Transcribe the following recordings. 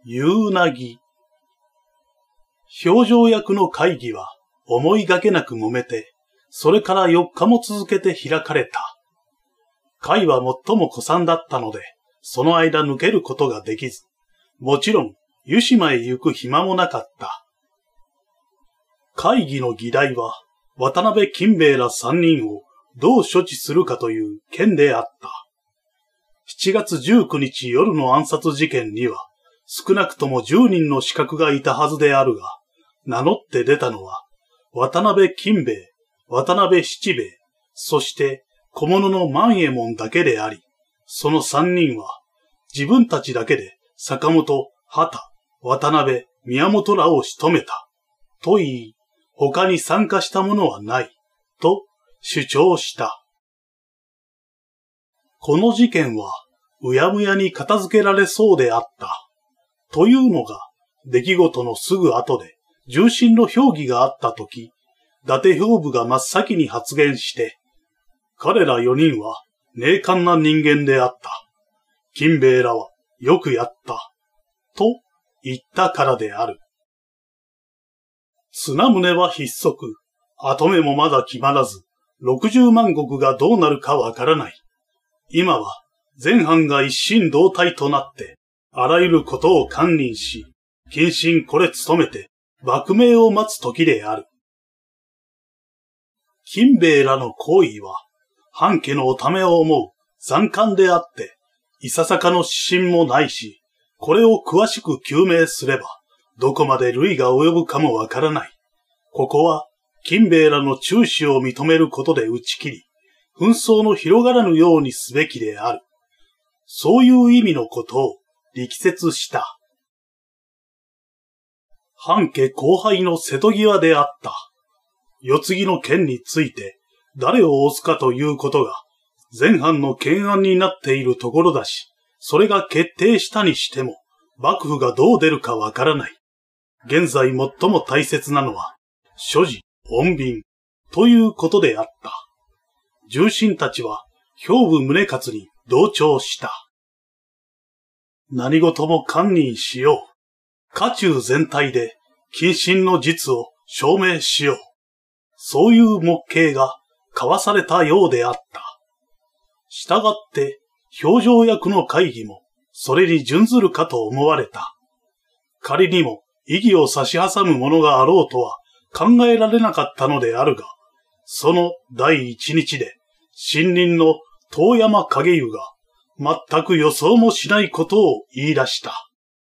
夕凪。表情役の会議は思いがけなく揉めて、それから4日も続けて開かれた。会は最も古参だったので、その間抜けることができず、もちろん湯島へ行く暇もなかった。会議の議題は、渡辺金兵衛ら3人をどう処置するかという件であった。7月19日夜の暗殺事件には、少なくとも10人の刺客がいたはずであるが、名乗って出たのは、渡辺金兵衛、渡辺七兵衛、そして小物の万右衛門だけであり、その3人は、自分たちだけで坂本、畑、渡辺、宮本らを仕留めた。と言い、他に参加した者はない、と主張した。この事件は、うやむやに片付けられそうであった。というのが、出来事のすぐ後で、重臣の評議があったとき、伊達兵部が真っ先に発言して、彼ら4人は、寧寛な人間であった。金兵衛らは、よくやった。と、言ったからである。綱宗は筆足、跡目もまだ決まらず、60万石がどうなるかわからない。今は、全藩が一心同体となって、あらゆることを堪忍し、謹慎これ努めて、幕命を待つ時である。金兵衛らの行為は、藩家のおためを思う残奸であって、いささかの指針もないし、これを詳しく究明すれば、どこまで類が及ぶかもわからない。ここは、金兵衛らの忠志を認めることで打ち切り、紛争の広がらぬようにすべきである。そういう意味のことを力説した。藩家後輩の瀬戸際であった。世継ぎの件について誰を推すかということが全藩の懸案になっているところだし、それが決定したにしても幕府がどう出るかわからない。現在最も大切なのは所持、穏便ということであった。重臣たちは兵部宗勝に同調した。何事も堪忍しよう。家中全体で謹慎の実を証明しよう。そういう目計が交わされたようであった。したがって、表情役の会議もそれに準ずるかと思われた。仮にも異議を差し挟むものがあろうとは考えられなかったのであるが、その第一日で、新任の遠山景湯が全く予想もしないことを言い出した。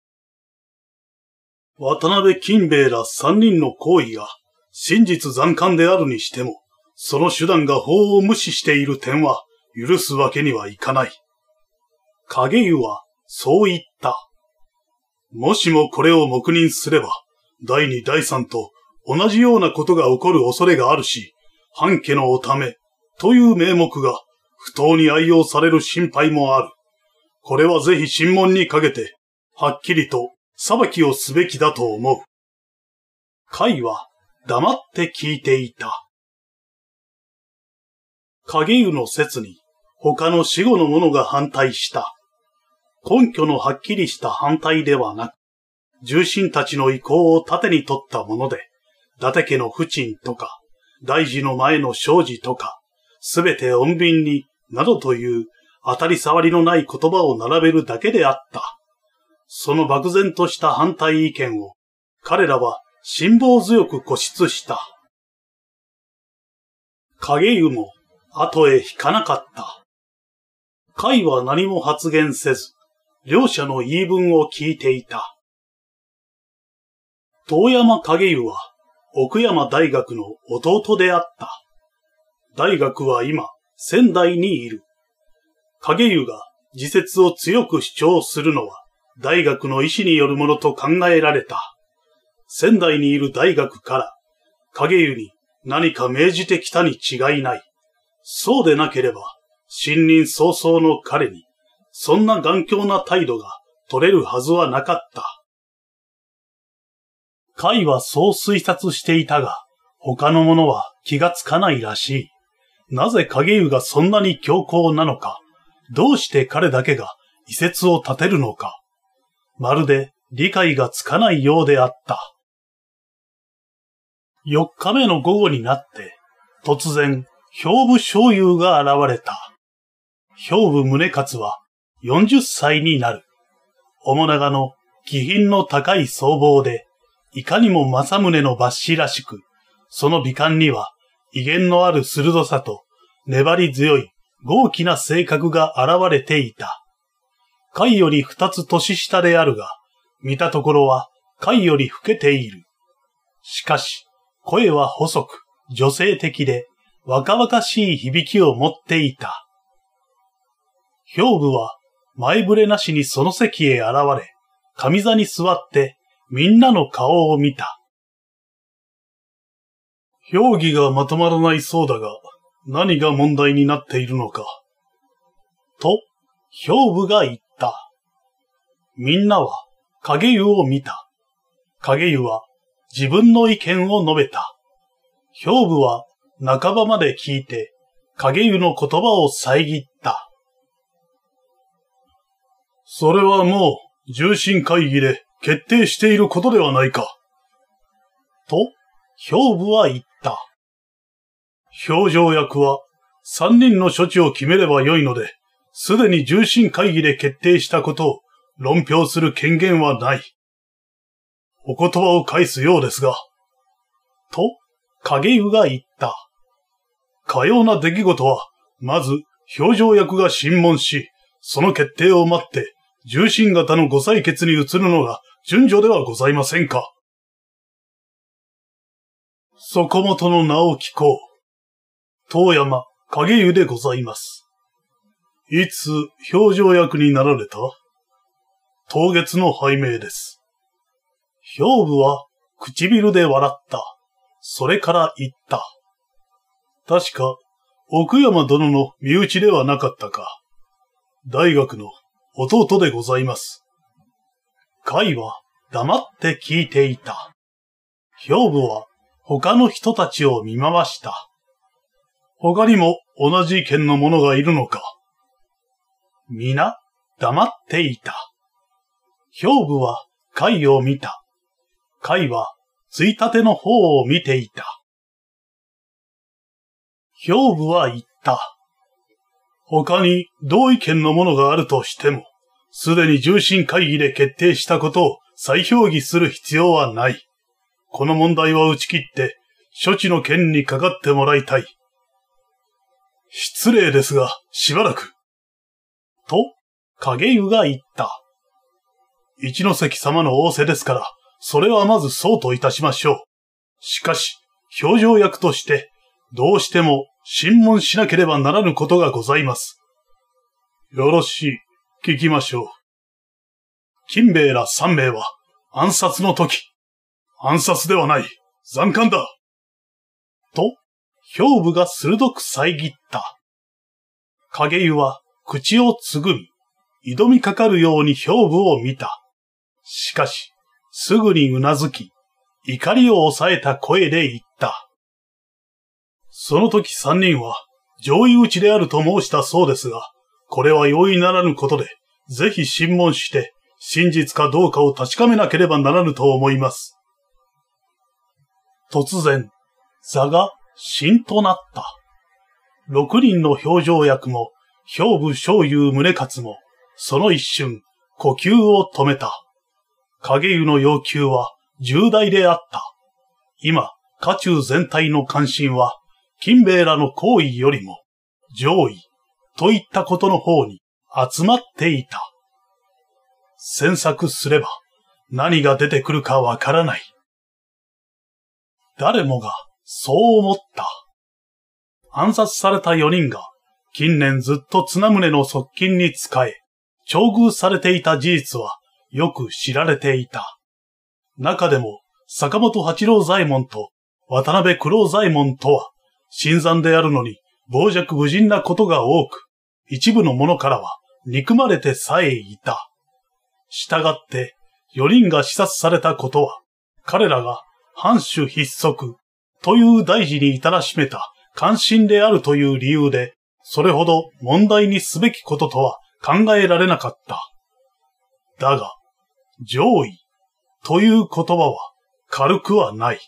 渡辺金兵衛ら3人の行為が真実残奸であるにしても、その手段が法を無視している点は許すわけにはいかない。景湯はそう言った。もしもこれを黙認すれば、第2第3と同じようなことが起こる恐れがあるし、藩家のおためという名目が不当に愛用される心配もある。これはぜひ審問にかけて、はっきりと裁きをすべきだと思う。会は黙って聞いていた。景湯の説に他の死後の者が反対した。根拠のはっきりした反対ではなく、重臣たちの意向を盾に取ったもので、伊達家の不沈とか、大事の前の生事とか、すべて穏便になどという当たり障りのない言葉を並べるだけであった。その漠然とした反対意見を彼らは辛抱強く固執した。景湯も後へ引かなかった。会は何も発言せず、両者の言い分を聞いていた。遠山景湯は奥山大学の弟であった。大学は今、仙台にいる。景湯が自説を強く主張するのは、大学の意思によるものと考えられた。仙台にいる大学から、景湯に何か命じてきたに違いない。そうでなければ、新任早々の彼に、そんな頑強な態度が取れるはずはなかった。会はそう推察していたが、他の者は気がつかないらしい。なぜ景湯がそんなに強硬なのか、どうして彼だけが異説を立てるのか。まるで理解がつかないようであった。4日目の午後になって、突然、兵部少雄が現れた。兵部宗勝は40歳になる。面長の気品の高い僧帽で、いかにも政宗の抜子らしく、その美観には威厳のある鋭さと粘り強い豪気な性格が現れていた。甲斐より2つ年下であるが、見たところは甲斐より老けている。しかし、声は細く、女性的で、若々しい響きを持っていた。兵部は前触れなしにその席へ現れ、上座に座ってみんなの顔を見た。評議がまとまらないそうだが、何が問題になっているのか。と、兵部が言った。みんなは影湯を見た。影湯は自分の意見を述べた。兵部は半ばまで聞いて、影湯の言葉を遮った。それはもう重臣会議で決定していることではないか。と、兵部は言った。評定役は3人の処置を決めればよいので、すでに重臣会議で決定したことを論評する権限はない。お言葉を返すようですが。と、影湯が言った。かような出来事は、まず、評定役が審問し、その決定を待って、重臣方のご採決に移るのが順序ではございませんか。そこもとの名を聞こう。遠山影湯でございます。いつ評定役になられた？当月の拝命です。兵部は唇で笑った。それから言った。確か、奥山殿の身内ではなかったか。大学の弟でございます。甲斐は黙って聞いていた。兵部は他の人たちを見回した。他にも同じ意見の者がいるのか。皆黙っていた。兵部は甲斐を見た。甲斐はついたての方を見ていた。兵部は言った。他に同意見のものがあるとしても、すでに重臣会議で決定したことを再評議する必要はない。この問題は打ち切って、処置の件にかかってもらいたい。失礼ですが、しばらく。と、影湯が言った。一ノ関様の仰せですから、それはまずそうといたしましょう。しかし、評定役として、どうしても審問しなければならぬことがございます。よろしい、聞きましょう。金兵衛ら3名は、暗殺の時、暗殺ではない、残奸だ。と、兵部が鋭く遮った。影湯は口をつぐみ、挑みかかるように兵部を見た。しかし、すぐにうなずき、怒りを抑えた声で言った。その時3人は上位討ちであると申したそうですが、これは容易ならぬことで、ぜひ審問して、真実かどうかを確かめなければならぬと思います。突然、座がしんとなった。6人の評定役も、兵部少雄宗勝も、その一瞬、呼吸を止めた。影湯の要求は重大であった。今、家中全体の関心は、金兵衛らの行為よりも、上位といったことの方に集まっていた。詮索すれば、何が出てくるかわからない。誰もがそう思った。暗殺された4人が、近年ずっと綱宗の側近に仕え、重遇されていた事実は、よく知られていた。中でも、坂本八郎左衛門と渡辺九郎左衛門とは、新参であるのに傍若無人なことが多く、一部の者からは憎まれてさえいた。したがって、4人が刺殺されたことは、彼らが藩主筆足という大事に至らしめた関心であるという理由で、それほど問題にすべきこととは考えられなかった。だが、上位という言葉は軽くはない。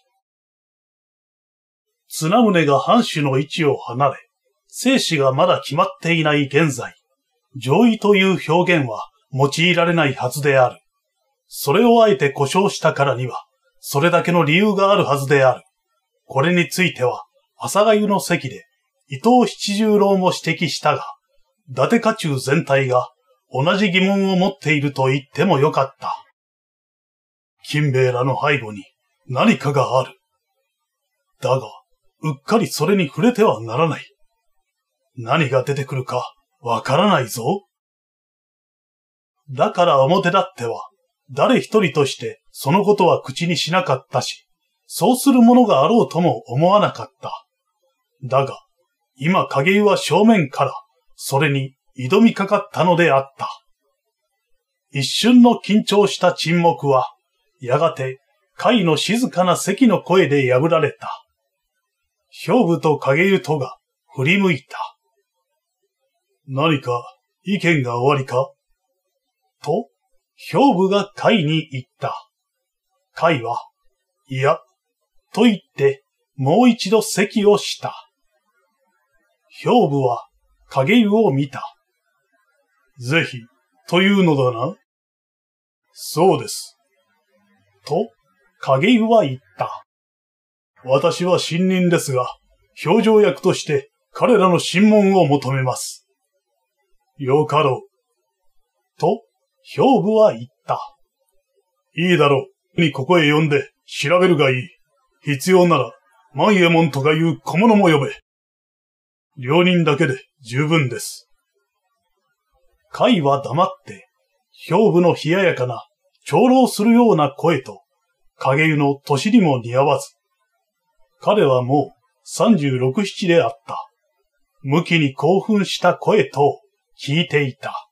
綱宗が藩主の位置を離れ、生死がまだ決まっていない現在、上位という表現は用いられないはずである。それをあえて呼称したからには、それだけの理由があるはずである。これについては、朝粥の席で伊藤七十郎も指摘したが、伊達家中全体が同じ疑問を持っていると言ってもよかった。金兵衛らの背後に何かがある。だが、うっかりそれに触れてはならない。何が出てくるかわからないぞ。だから表立っては、誰一人としてそのことは口にしなかったし、そうするものがあろうとも思わなかった。だが、今影湯は正面から、それに挑みかかったのであった。一瞬の緊張した沈黙は、やがて、甲斐の静かな関の声で破られた。兵部と影湯とが振り向いた。何か意見がおありかと、兵部が甲斐に言った。甲斐は、いや、と言って、もう一度席をした。兵部は影湯を見た。ぜひ、というのだな。そうです。と、影湯は言った。私は新任ですが、表情役として彼らの審問を求めます。よかろう。と、兵部は言った。いいだろう。にここへ呼んで調べるがいい。必要なら、万右衛門とかいう小物も呼べ。両人だけで十分です。甲斐は黙って、兵部の冷ややかな、長老するような声と、影湯の年にも似合わず。彼はもう36、7であった。無気に興奮した声と聞いていた。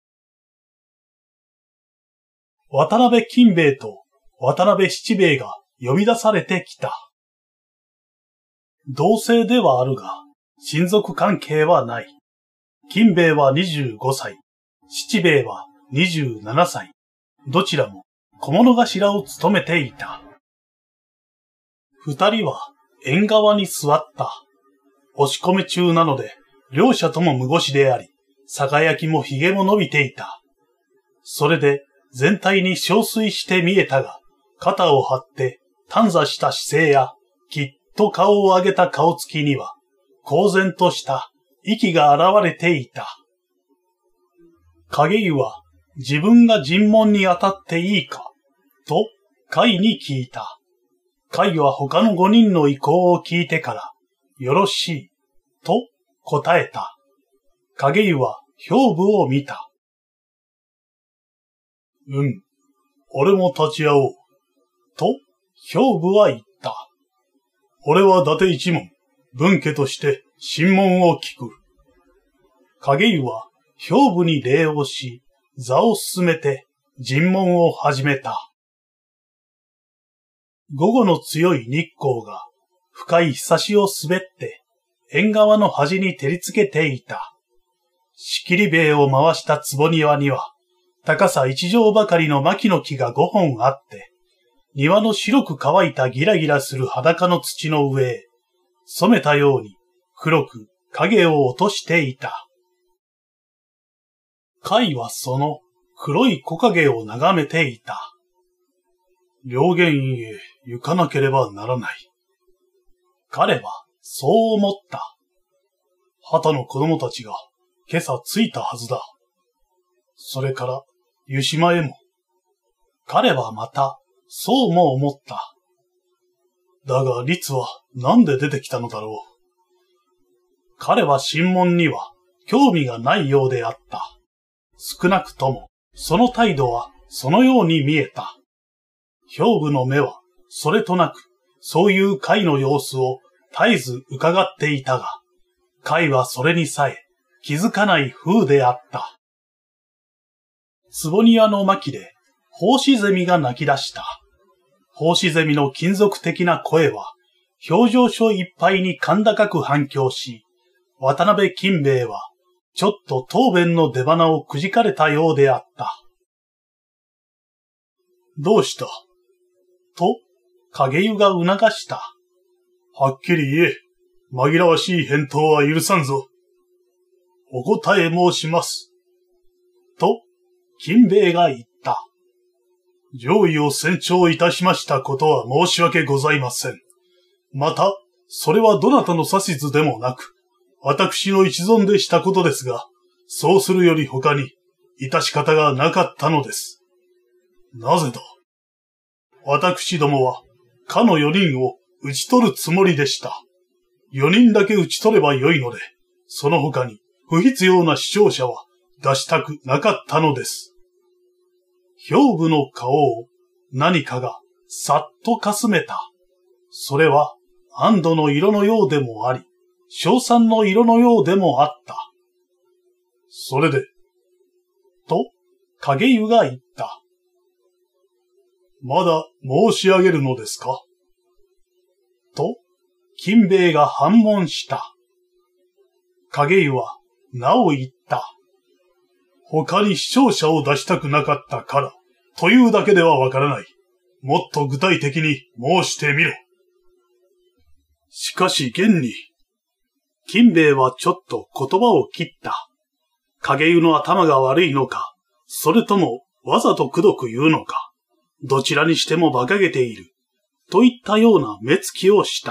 渡辺金兵衛と渡辺七兵衛が呼び出されてきた。同姓ではあるが、親族関係はない。金兵衛は25歳、七兵衛は27歳。どちらも小物頭を務めていた。二人は縁側に座った。押し込め中なので、両者とも無腰であり、輝きも髭も伸びていた。それで全体に憔悴して見えたが、肩を張って短座した姿勢や、きっと顔を上げた顔つきには、公然とした息が現れていた。影湯は自分が尋問に当たっていいか、と甲斐に聞いた。甲斐は他の5人の意向を聞いてから、よろしい、と答えた。影湯は兵部を見た。俺も立ち会おう。と、兵部は言った。俺は伊達一門、分家として審問を聞く。影湯は兵部に礼をし、座を進めて尋問を始めた。午後の強い日光が深いひさしを滑って縁側の端に照りつけていた。仕切り塀を回した坪庭には高さ1畳ばかりの牧の木が5本あって、庭の白く乾いたギラギラする裸の土の上へ染めたように黒く影を落としていた。甲斐はその黒い木陰を眺めていた。両玄院へ行かなければならない。彼はそう思った。旗の子供たちが今朝着いたはずだ。それから湯島へも。彼はまたそうも思った。だが律はなんで出てきたのだろう。彼は審問には興味がないようであった。少なくともその態度はそのように見えた。兵部の目はそれとなくそういう甲斐の様子を絶えず伺っていたが、甲斐はそれにさえ気づかない風であった。坪庭の牧で奉仕ゼミが鳴き出した。奉仕ゼミの金属的な声は表情書いっぱいに甲高く反響し、渡辺金兵衛はちょっと答弁の出花をくじかれたようであった。どうした、 と、影湯が促した。はっきり言え、紛らわしい返答は許さんぞ。お答え申します。と、金兵衛が言った。上位を選聴いたしましたことは申し訳ございません。また、それはどなたの指図でもなく、私の一存でしたことですが、そうするより他に、致し方がなかったのです。なぜだ？私どもは、かの4人を討ち取るつもりでした。4人だけ討ち取ればよいので、その他に不必要な死傷者は出したくなかったのです。兵部の顔を何かがさっとかすめた。それは安堵の色のようでもあり、称賛の色のようでもあった。それで、と、影湯が言った。まだ申し上げるのですか？と、金兵衛が反問した。影湯はなお言った。他に死傷者を出したくなかったから、というだけではわからない。もっと具体的に申してみろ。しかし現に、金兵衛はちょっと言葉を切った。影湯の頭が悪いのか、それともわざとくどく言うのか、どちらにしても馬鹿げている、といったような目つきをした。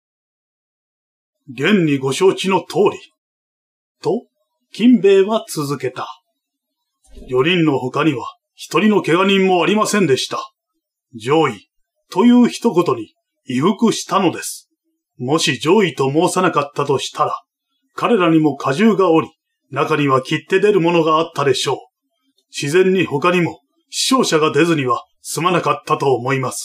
現にご承知の通り、と、金兵衛は続けた。4人の他には1人の怪我人もありませんでした。上位、という一言に意服したのです。もし上位と申さなかったとしたら、彼らにも荷重がおり、中には切って出るものがあったでしょう。自然に他にも死傷者が出ずには済まなかったと思います。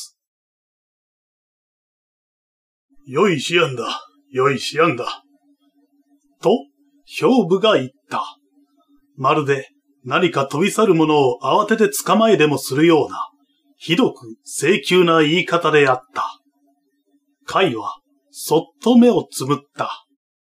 良い思案だ、良い思案だ。と、兵部が言った。まるで何か飛び去るものを慌てて捕まえでもするような、ひどく請求な言い方であった。甲斐はそっと目をつむった。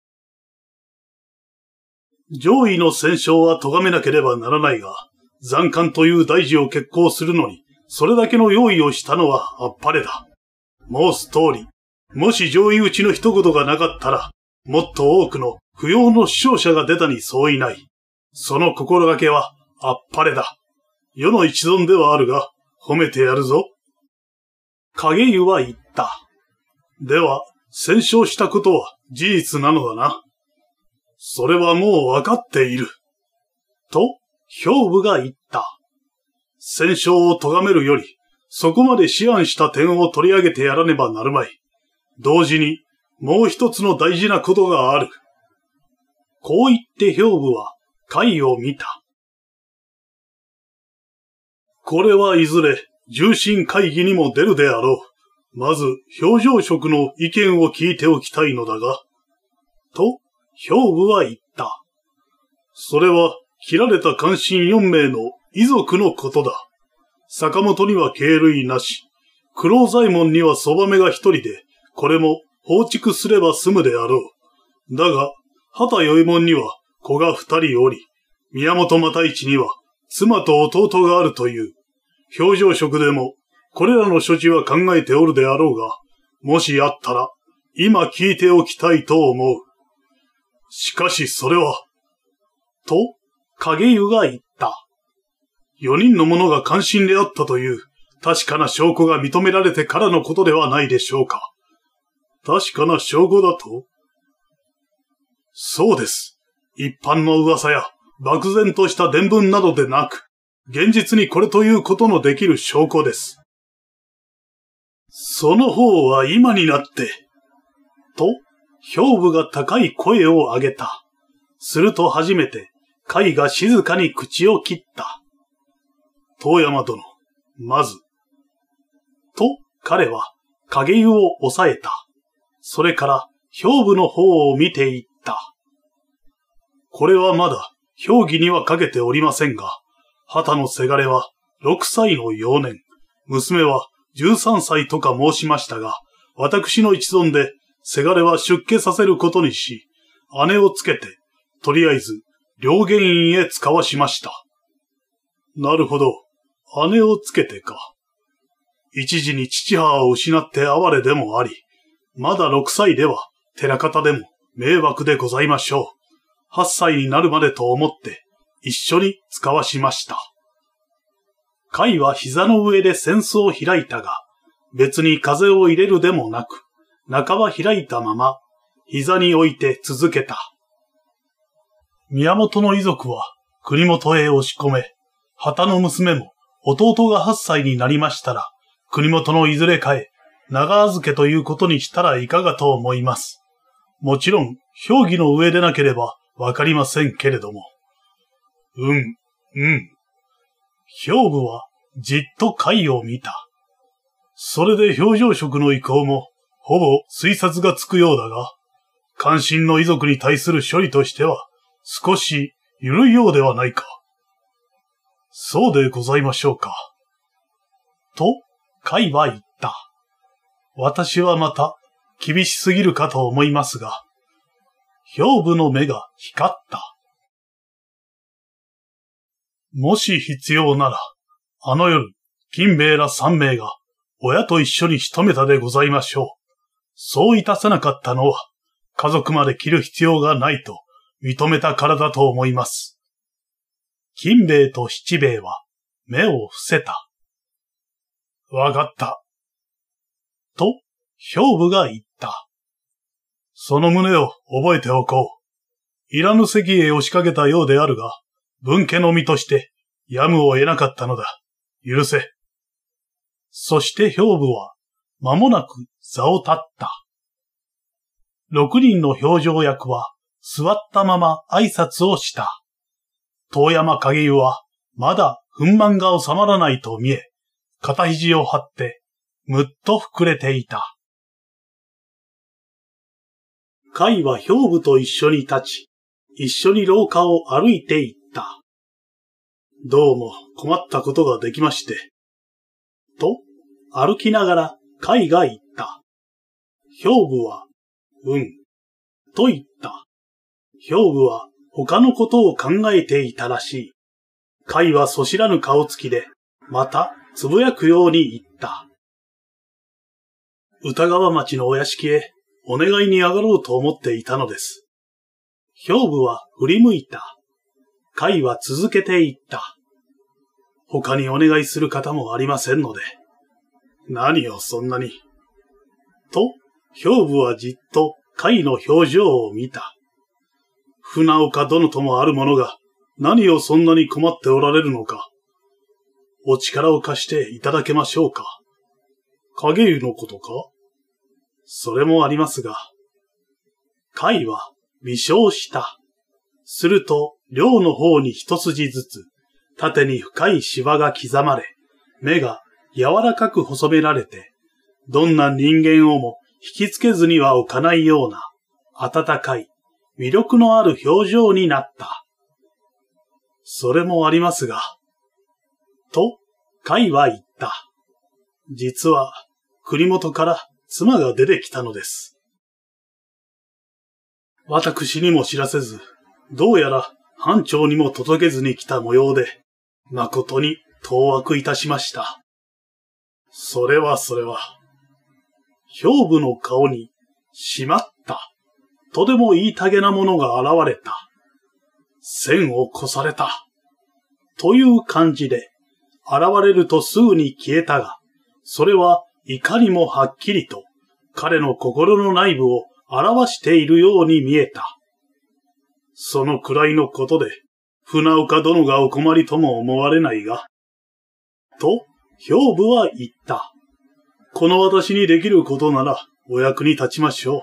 上位の戦勝は咎めなければならないが、残官という大事を決行するのに、それだけの用意をしたのはあっぱれだ。申す通り、もし上位討ちの一言がなかったら、もっと多くの不要の死傷者が出たに相違ない。その心がけはあっぱれだ。世の一存ではあるが、褒めてやるぞ。影湯は言った。では、戦勝したことは事実なのだな。それはもうわかっている。と、兵部が言った。戦勝を咎めるより、そこまで思案した点を取り上げてやらねばなるまい。同時に、もう一つの大事なことがある。こう言って兵部は、甲斐を見た。これはいずれ、重臣会議にも出るであろう。まず、表情職の意見を聞いておきたいのだが。と、兵部は言った。それは、切られた関心4名の遺族のことだ。坂本には敬類なし。九郎左衛門にはそばめが1人で、これも放逐すれば済むであろう。だが、畑与右衛門には子が2人おり、宮本又一には妻と弟があるという。表情職でも、これらの処置は考えておるであろうが、もしあったら、今聞いておきたいと思う。しかしそれは、と、影湯が言った。4人の者が関心であったという確かな証拠が認められてからのことではないでしょうか。確かな証拠だと？そうです。一般の噂や漠然とした伝聞などでなく、現実にこれということのできる証拠です。その方は今になって、と、兵部が高い声を上げた。すると初めて、甲斐が静かに口を切った。遠山殿、まず。と、彼は影湯を抑えた。それから、兵部の方を見ていった。これはまだ、評議にはかけておりませんが、旗のせがれは6歳の幼年、娘は13歳とか申しましたが、私の一存で、せがれは出家させることにし、姉をつけて、とりあえず、両言院へ使わしました。なるほど。姉をつけてか。 一時に父母を失って哀れでもあり、まだ6歳では寺方でも迷惑でございましょう。8歳になるまでと思って一緒に使わしました。甲斐は膝の上で扇子を開いたが、別に風を入れるでもなく、半ば開いたまま、膝に置いて続けた。宮本の遺族は国元へ押し込め、旗の娘も弟が8歳になりましたら、国元のいずれかへ長預けということにしたらいかがと思います。もちろん、評議の上でなければわかりませんけれども。兵部はじっと甲斐を見た。それで表情職の意向もほぼ推察がつくようだが、関心の遺族に対する処理としては少し緩いようではないか。そうでございましょうか。と、甲斐は言った。私はまた厳しすぎるかと思いますが、兵部の目が光った。もし必要なら、あの夜、金兵衛ら3名が親と一緒に仕留めたでございましょう。そういたさなかったのは、家族まで切る必要がないと認めたからだと思います。金兵衛と七兵衛は目を伏せた。わかった。と、兵部が言った。その旨を覚えておこう。いらぬ席へ押しかけたようであるが、分家の身としてやむを得なかったのだ。許せ。そして兵部は間もなく座を立った。6人の表情役は座ったまま挨拶をした。遠山影湯はまだ憤懣が収まらないと見え、肩肘を張ってむっと膨れていた。甲斐は兵部と一緒に立ち、一緒に廊下を歩いて行った。どうも困ったことができまして。と、歩きながら甲斐が言った。兵部は、と言った。兵部は他のことを考えていたらしい。甲斐はそしらぬ顔つきで、またつぶやくように言った。歌川町のお屋敷へお願いに上がろうと思っていたのです。兵部は振り向いた。甲斐は続けて言った。他にお願いする方もありませんので。何をそんなに。と、兵部はじっと甲斐の表情を見た。船岡殿ともある者が何をそんなに困っておられるのか。お力を貸していただけましょうか。影湯のことか？それもありますが。甲斐は微笑した。すると両の方に一筋ずつ縦に深いシワが刻まれ、目が柔らかく細められて、どんな人間をも引きつけずには置かないような温かい魅力のある表情になった。それもありますが、と甲斐は言った。実は国元から妻が出てきたのです。私にも知らせず、どうやら藩庁にも届けずに来た模様で、誠に当惑いたしました。それは、兵部の顔に、しまった、とでも言いたげなものが現れた。線を越された。という感じで、現れるとすぐに消えたが、それはいかにもはっきりと、彼の心の内部を表しているように見えた。そのくらいのことで、船岡殿がお困りとも思われないが、と、兵部は言った。この私にできることならお役に立ちましょう。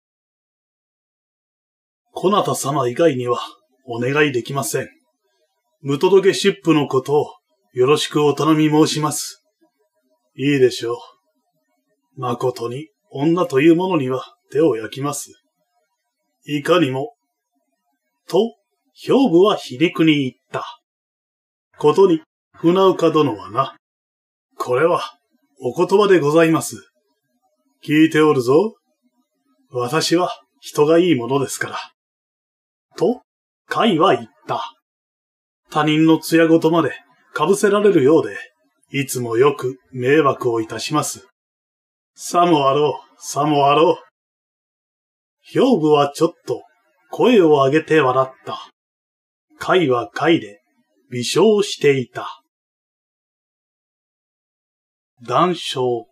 こなた様以外にはお願いできません。無届け出府のことをよろしくお頼み申します。いいでしょう。誠に女というものには手を焼きます。いかにも。と、兵部は皮肉に言った。ことに、船岡殿はな。これは、お言葉でございます。聞いておるぞ。私は人がいいものですから。と、甲斐は言った。他人の艶ごとまで被せられるようで、 いつもよく迷惑をいたします。さもあろう、さもあろう。兵部はちょっと声を上げて笑った。貝は貝で微笑していた。談笑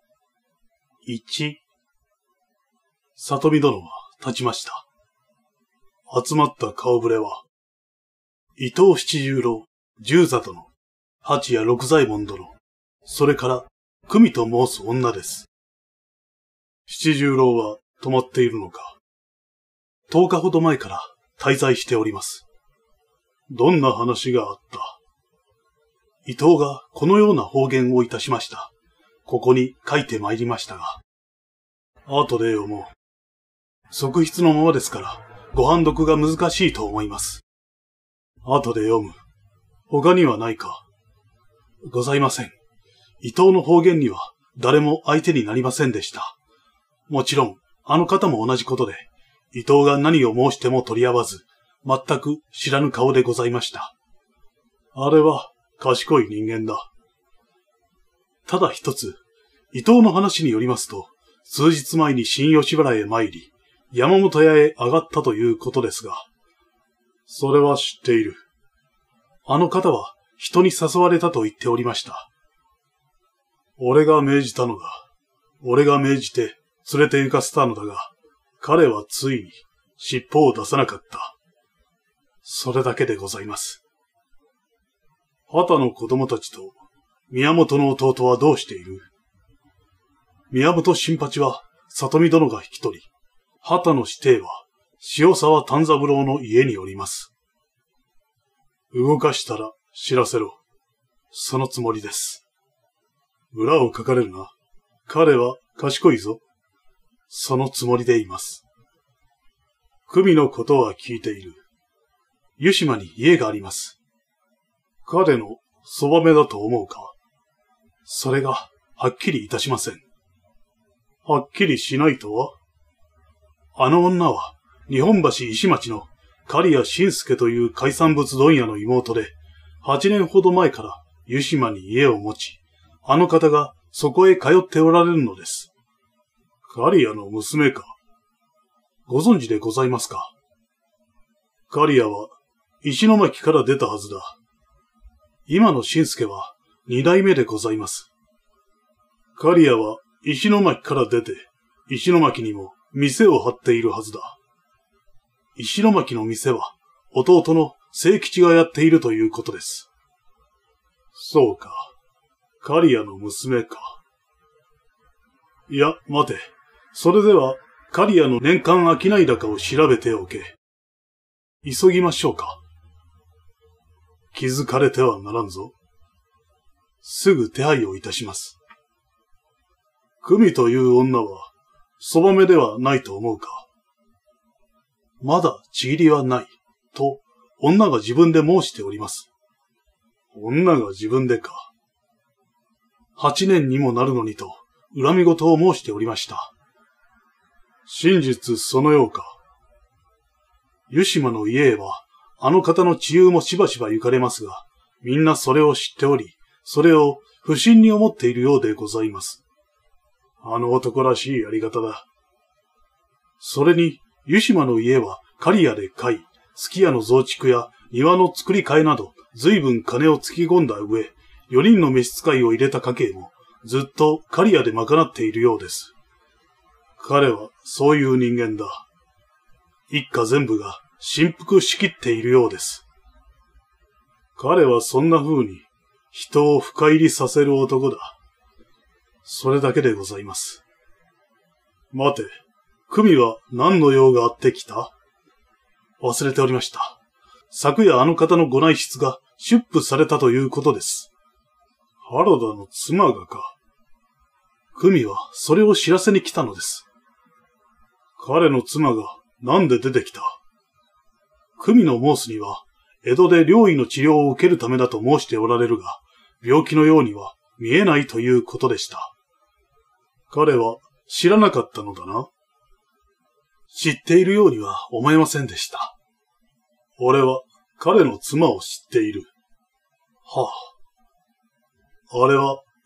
1。里見殿は立ちました。集まった顔ぶれは、伊藤七十郎、十座殿、八谷六左衛門殿、それから久美と申す女です。七十郎は泊まっているのか。10日ほど前から滞在しております。どんな話があった？伊藤がこのような方言をいたしました。ここに書いて参りましたが。後で読もう。側筆のままですから、ご判読が難しいと思います。後で読む。他にはないか？ございません。伊藤の方言には誰も相手になりませんでした。もちろん、あの方も同じことで、伊藤が何を申しても取り合わず、全く知らぬ顔でございました。あれは賢い人間だ。ただ一つ、伊藤の話によりますと、数日前に新吉原へ参り、山本屋へ上がったということですが、それは知っている。あの方は人に誘われたと言っておりました。俺が命じたのだ。俺が命じて連れて行かせたのだが、彼はついに尻尾を出さなかった。それだけでございます。畑の子供たちと宮本の弟はどうしている？宮本新八は里見殿が引き取り、畑の子弟は塩沢丹三郎の家におります。動かしたら知らせろ。そのつもりです。裏をかかれるな。彼は賢いぞ。そのつもりでいます。久美のことは聞いている。湯島に家があります。彼のそばめだと思うか？それがはっきりいたしません。はっきりしないとは？あの女は日本橋石町の刈谷信介という海産物問屋の妹で、8年ほど前から湯島に家を持ち、あの方がそこへ通っておられるのです。刈谷の娘か。ご存知でございますか？刈谷は石巻から出たはずだ。今の信介は二代目でございます。刈谷は石巻から出て、石巻にも店を張っているはずだ。石巻の店は弟の清吉がやっているということです。そうか。刈谷の娘か。いや、待て。それでは、刈谷の年間商い高を調べておけ。急ぎましょうか。気づかれてはならんぞ。すぐ手配をいたします。久美という女は、そばめではないと思うか。まだちぎりはない、と、女が自分で申しております。女が自分でか。8年にもなるのにと、恨み事を申しておりました。真実そのようか。湯島の家へは、あの方の知友もしばしば行かれますが、みんなそれを知っており、それを不審に思っているようでございます。あの男らしいやり方だ。それに、湯島の家は刈谷で買い、すき家の増築や庭の作り替えなど、随分金をつぎ込んだ上、4人の召使いを入れた家計も、ずっと刈谷で賄っているようです。彼はそういう人間だ。一家全部が振幅しきっているようです。彼はそんな風に人を深入りさせる男だ。それだけでございます。待て、久美は何の用があってきた？忘れておりました。昨夜あの方のご内室が出府されたということです。原田の妻がか。久美はそれを知らせに来たのです。彼の妻がなんで出てきた？久美の申すには、江戸で療医の治療を受けるためだと申しておられるが、病気のようには見えないということでした。彼は知らなかったのだな。知っているようには思えませんでした。俺は彼の妻を知っている。はあ。あれは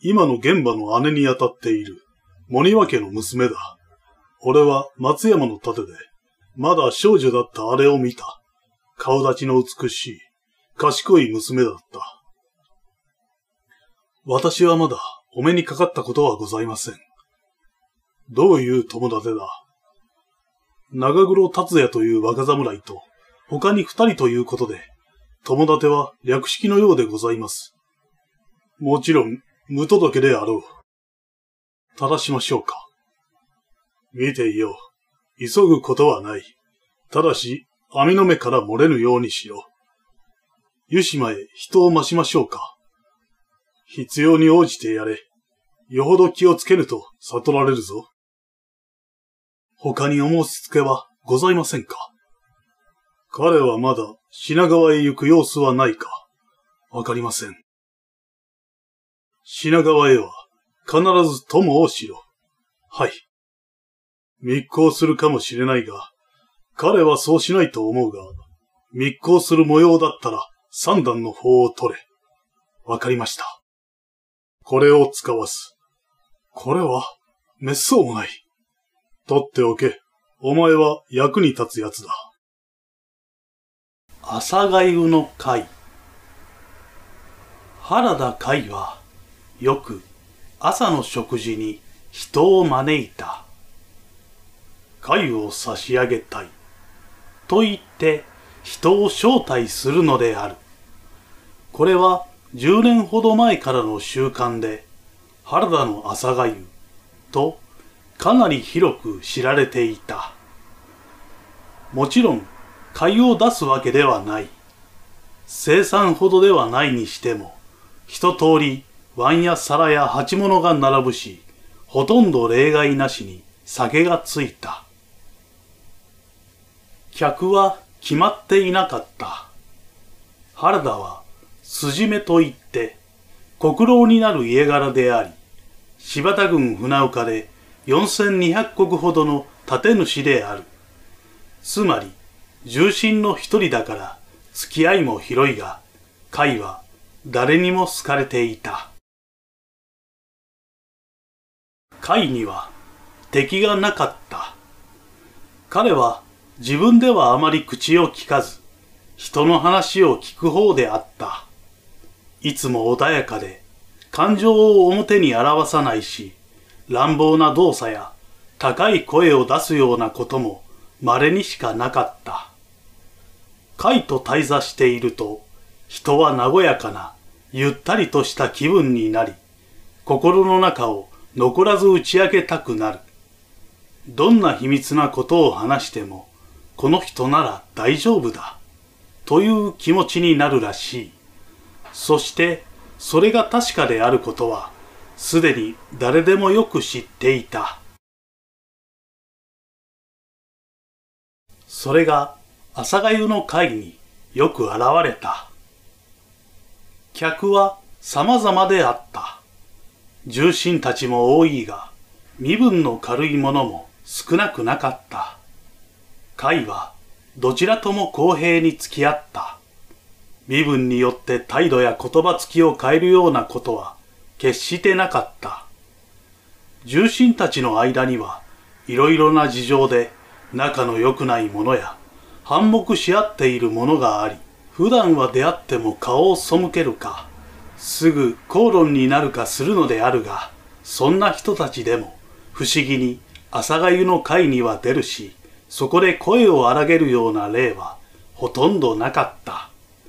今の現場の姉にあたっている森和家の娘だ。俺は松山の盾で、まだ少女だったあれを見た。顔立ちの美しい、賢い娘だった。私はまだお目にかかったことはございません。どういう友達だ。長黒達也という若侍と、他に二人ということで、友達は略式のようでございます。もちろん、無届けであろう。正しましょうか。見ていよう。急ぐことはない。ただし、網の目から漏れぬようにしろ。湯島へ人を増しましょうか。必要に応じてやれ。よほど気をつけぬと悟られるぞ。他にお申し付けはございませんか。彼はまだ品川へ行く様子はないか。わかりません。品川へは必ず友をしろ。はい。密航するかもしれないが、彼はそうしないと思うが、密航する模様だったら三段の方を取れ。わかりました。これを使わす。これは、滅相もない。取っておけ。お前は役に立つやつだ。 朝粥の会。原田会は、よく朝の食事に人を招いた。会を差し上げたい。と言って人を招待するのである。これは10年ほど前からの習慣で、原田の朝粥とかなり広く知られていた。もちろん、粥を出すわけではない。生産ほどではないにしても、一通り碗や皿や鉢物が並ぶし、ほとんど例外なしに酒がついた。客は決まっていなかった。原田は筋目といって、国老になる家柄であり、柴田郡船岡で4200石ほどの建主である。つまり、重臣の一人だから付き合いも広いが、会は誰にも好かれていた。会には敵がなかった。彼は自分ではあまり口を聞かず、人の話を聞く方であった。いつも穏やかで、感情を表に表さないし、乱暴な動作や高い声を出すようなことも稀にしかなかった。会と対座していると、人は和やかな、ゆったりとした気分になり、心の中を残らず打ち明けたくなる。どんな秘密なことを話しても、この人なら大丈夫だ、という気持ちになるらしい。そして、それが確かであることは、すでに誰でもよく知っていた。それが、朝粥の会によく現れた。客は様々であった。重臣たちも多いが、身分の軽いものも少なくなかった。会はどちらとも公平に付き合った。身分によって態度や言葉つきを変えるようなことは決してなかった。重臣たちの間にはいろいろな事情で仲の良くない者や反目し合っている者があり、普段は出会っても顔を背けるか、すぐ口論になるかするのであるが、そんな人たちでも不思議に朝粥の会には出るし、そこで声を荒げるような例はほとんどなかった。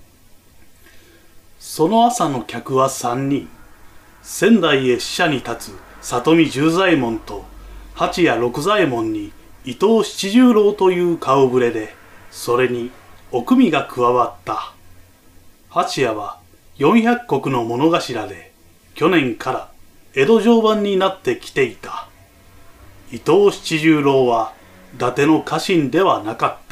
その朝の客は3人。仙台へ使者に立つ里見十左衛門と八谷六左衛門に伊藤七十郎という顔ぶれで、それにお組が加わった。八谷は400石の物頭で、去年から江戸常磐になってきていた。伊藤七十郎は伊達の家臣ではなかった。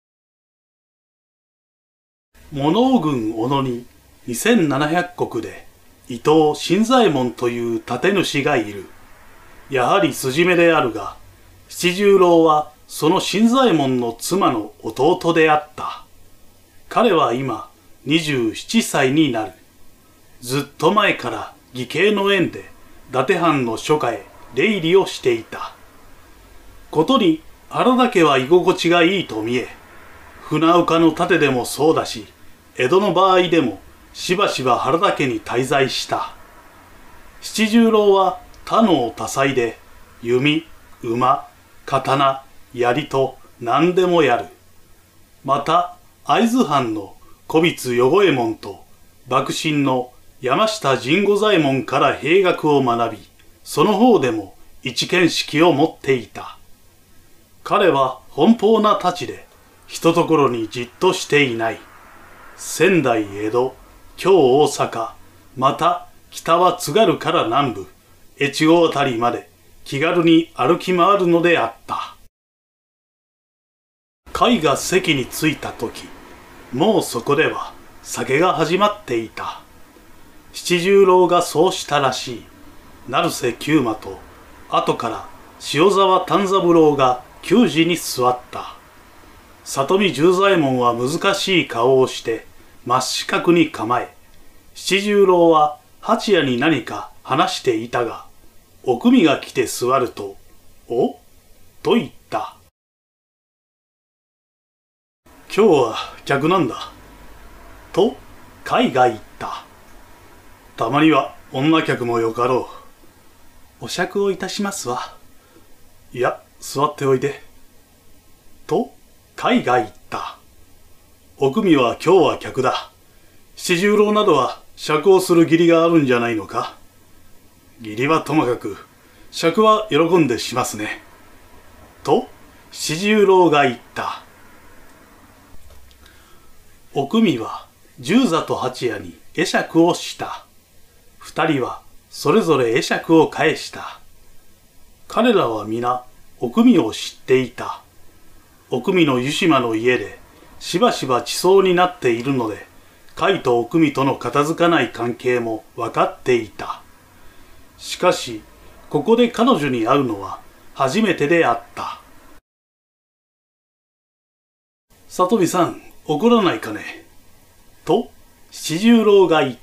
物尾郡小野に2700石で伊藤新左衛門という建主がいる。やはり筋目であるが、七十郎はその新左衛門の妻の弟であった。彼は今27歳になる。ずっと前から義兄の縁で伊達藩の書家へ出入りをしていた。ことに原田家は居心地がいいと見え、船岡の盾でもそうだし、江戸の場合でもしばしば原田家に滞在した。七十郎は多能多才で、弓、馬、刀、槍と何でもやる。また、会津藩の小光与五右衛門と幕臣の山下神五左衛門から兵学を学び、その方でも一見識を持っていた。彼は奔放な太刀で、ひとところにじっとしていない。仙台、江戸、京、大阪、また北は津軽から南部、越後あたりまで気軽に歩き回るのであった。会が席に着いたとき、もうそこでは酒が始まっていた。七十郎がそうしたらしい。成瀬久馬と、後から塩沢丹三郎が給仕に座った。里見十左衛門は難しい顔をして真四角に構え、七十郎は八谷に何か話していたが、おくみが来て座ると、おと言った。今日は客なんだ。と、甲斐が言った。たまには女客もよかろう。お酌をいたしますわ。いや、座っておいで。と、甲斐が言った。おくみは今日は客だ。七十郎などは酌をする義理があるんじゃないのか。義理はともかく、酌は喜んでしますね。と、七十郎が言った。おくみは十座と八谷に会釈をした。二人はそれぞれ会釈を返した。彼らは皆おくみを知っていた。おくみの湯島の家でしばしば馳走になっているので、甲斐とおくみとの片付かない関係も分かっていた。しかし、ここで彼女に会うのは初めてであった。里見さん、怒らないかね。と、七十郎が言った。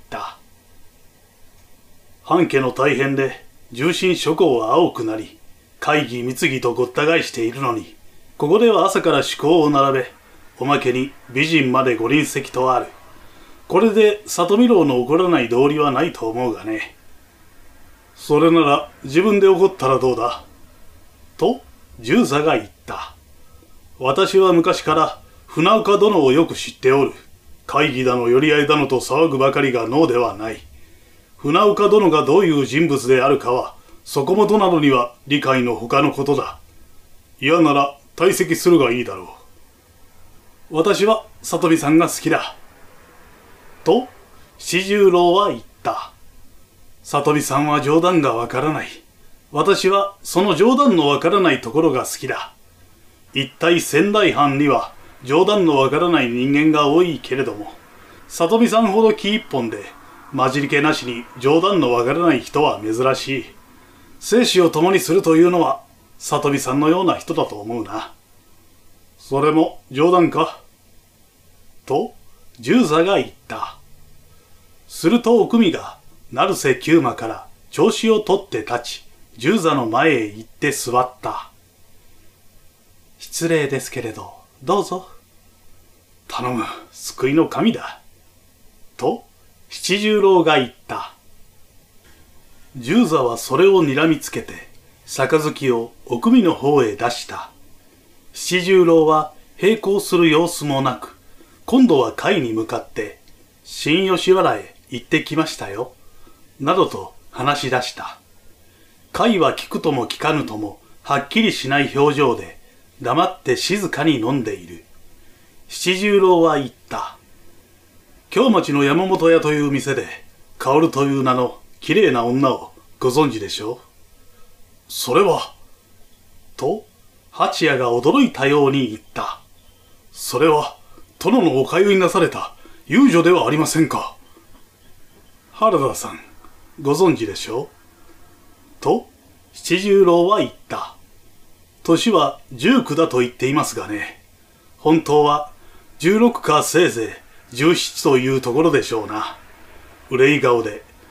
藩家の大変で、重臣諸侯は青くなり、会議密議とごった返しているのに、ここでは朝から趣向を並べ、おまけに美人までご臨席とある。これで里見郎の怒らない道理はないと思うがね。それなら自分で怒ったらどうだ。と、十座が言った。私は昔から船岡殿をよく知っておる。会議だの寄り合いだのと騒ぐばかりが能ではない。船岡殿がどういう人物であるかは、そこもとなどには理解のほかのことだ。嫌なら退席するがいいだろう。私は里見さんが好きだ。と、七十郎は言った。里見さんは冗談がわからない。私はその冗談のわからないところが好きだ。一体仙台藩には冗談のわからない人間が多いけれども、里見さんほど気一本で混じり気なしに冗談のわからない人は珍しい。生死を共にするというのは里見さんのような人だと思うな。それも冗談か。と、十座が言った。するとおくみが成瀬久馬から調子を取って立ち、十座の前へ行って座った。失礼ですけれど、どうぞ。頼む、救いの神だ。と、七十郎が言った。十座はそれを睨みつけて、杯をおくみの方へ出した。七十郎は並行する様子もなく、今度は甲斐に向かって、新吉原へ行ってきましたよ、などと話し出した。甲斐は聞くとも聞かぬとも、はっきりしない表情で、黙って静かに飲んでいる。七十郎は言った。京町の山本屋という店で、薫という名のきれいな女をご存知でしょう。それは、と、八谷が驚いたように言った。それは、殿のお通いなされた遊女ではありませんか。原田さん、ご存知でしょう。と、七十郎は言った。年は19だと言っていますがね、本当は16かせいぜい17というところでしょうな。憂い顔で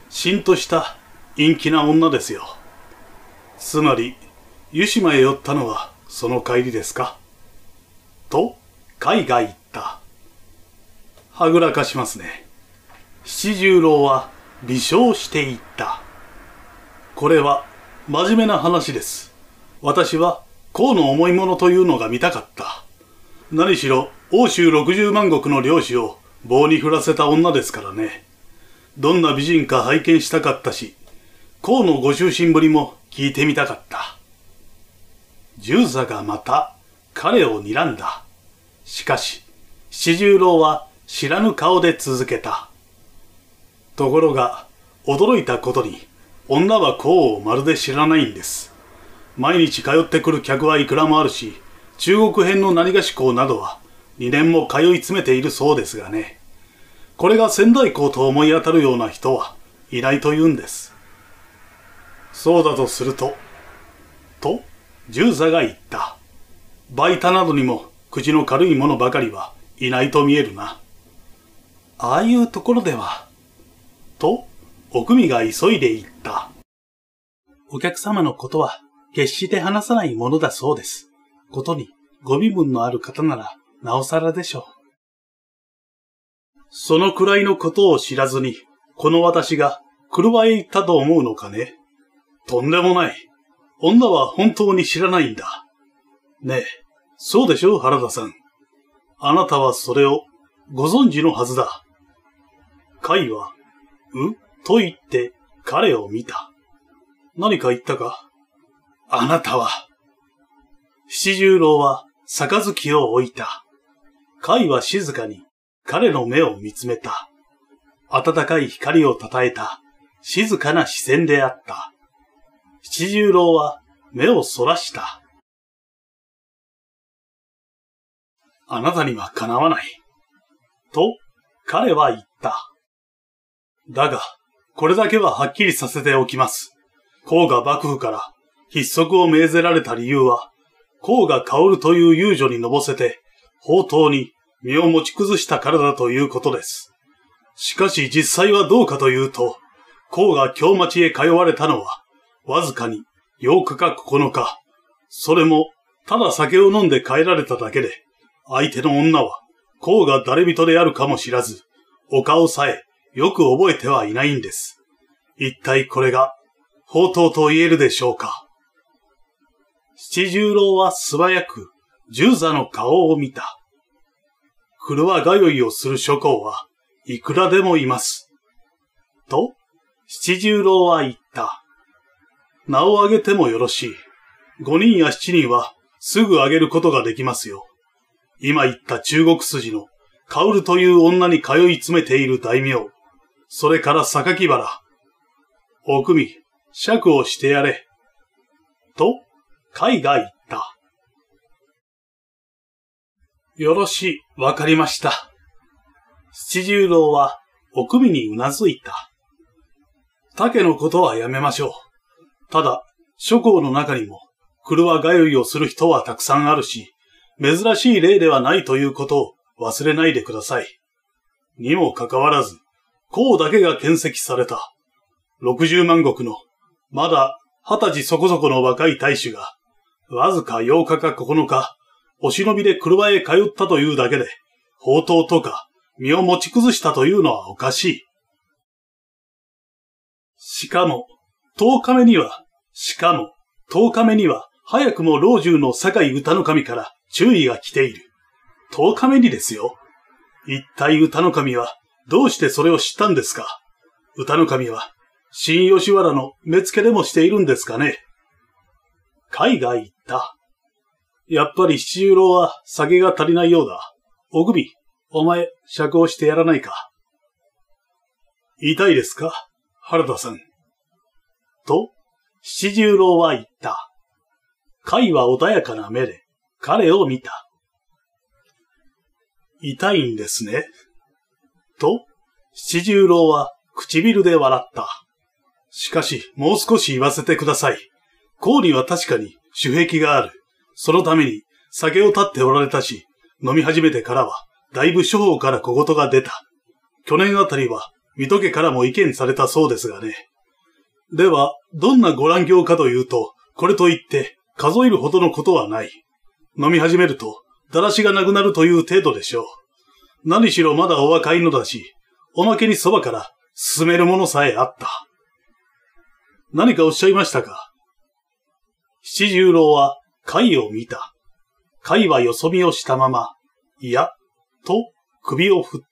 しんとした陰気な女ですよ。つまり、湯島へ寄ったのはその帰りですか？と、甲斐が言った。はぐらかしますね。七十郎は微笑して言った。これは真面目な話です。私は甲の重いものというのが見たかった。何しろ欧州60万石の領主を棒に振らせた女ですからね。どんな美人か拝見したかったし、甲のご就寝ぶりも聞いてみたかった。十座がまた彼を睨んだ。しかし、七十郎は知らぬ顔で続けた。ところが、驚いたことに、女は甲をまるで知らないんです。毎日通ってくる客はいくらもあるし、中国編の何がし公などは2年も通い詰めているそうですがね。これが仙台公と思い当たるような人はいないと言うんです。そうだとすると、十座が言った。売太などにも口の軽い者ばかりはいないと見えるな。ああいうところでは、と、おくみが急いで言った。お客様のことは決して話さないものだそうです。ことにご身分のある方ならなおさらでしょう。そのくらいのことを知らずに、この私が車へ行ったと思うのかね。とんでもない。女は本当に知らないんだ。ねえ、そうでしょう、原田さん。あなたはそれをご存知のはずだ。甲斐は、と言って彼を見た。何か言ったか？あなたは。七十郎は杯を置いた。甲斐は静かに彼の目を見つめた。暖かい光をたたえた静かな視線であった。七十郎は目をそらした。あなたにはかなわない。と彼は言った。だが、これだけははっきりさせておきます。甲が幕府から筆足を命ぜられた理由は、甲が薫という遊女にのぼせて、宝刀に身を持ち崩したからだということです。しかし実際はどうかというと、甲が京町へ通われたのは、わずかに8日か9日。それも、ただ酒を飲んで帰られただけで、相手の女は、甲が誰人であるかも知らず、お顔さえよく覚えてはいないんです。一体これが、宝刀と言えるでしょうか。七十郎は素早く、十座の顔を見た。車通いをする諸公はいくらでもいます。と、七十郎は言った。名を挙げてもよろしい。5人や7人はすぐ挙げることができますよ。今言った中国筋の薫という女に通い詰めている大名。それから榊原。おくみ、釈をしてやれ。と、甲斐が言った。よろしい、わかりました。七十郎はおくみにうなずいた。竹のことはやめましょう。ただ、諸公の中にも、車通いをする人はたくさんあるし、珍しい例ではないということを忘れないでください。にもかかわらず、公だけが検責された。60万石の、まだ20歳そこそこの若い大主が、わずか8日か9日、お忍びで車へ通ったというだけで、宝刀とか身を持ち崩したというのはおかしい。しかも、10日目には、早くも老中の酒井歌守から注意が来ている。10日目にですよ。一体歌守はどうしてそれを知ったんですか？歌守は新吉原の目付けでもしているんですかね？甲斐が言った。やっぱり七十郎は酒が足りないようだ。おぐみ、お前、釈をしてやらないか。痛いですか？原田さん。と、七十郎は言った。甲斐は穏やかな目で彼を見た。痛いんですね。と、七十郎は唇で笑った。しかし、もう少し言わせてください。甲には確かに酒癖がある。そのために酒を断っておられたし、飲み始めてからは、だいぶ諸方から小言が出た。去年あたりは水戸家からも意見されたそうですがね。では、どんなご乱行かというと、これといって数えるほどのことはない。飲み始めると、だらしがなくなるという程度でしょう。何しろまだお若いのだし、おまけにそばから進めるものさえあった。何かおっしゃいましたか？七十郎は貝を見た。貝はよそ見をしたまま、いや、と首を振った。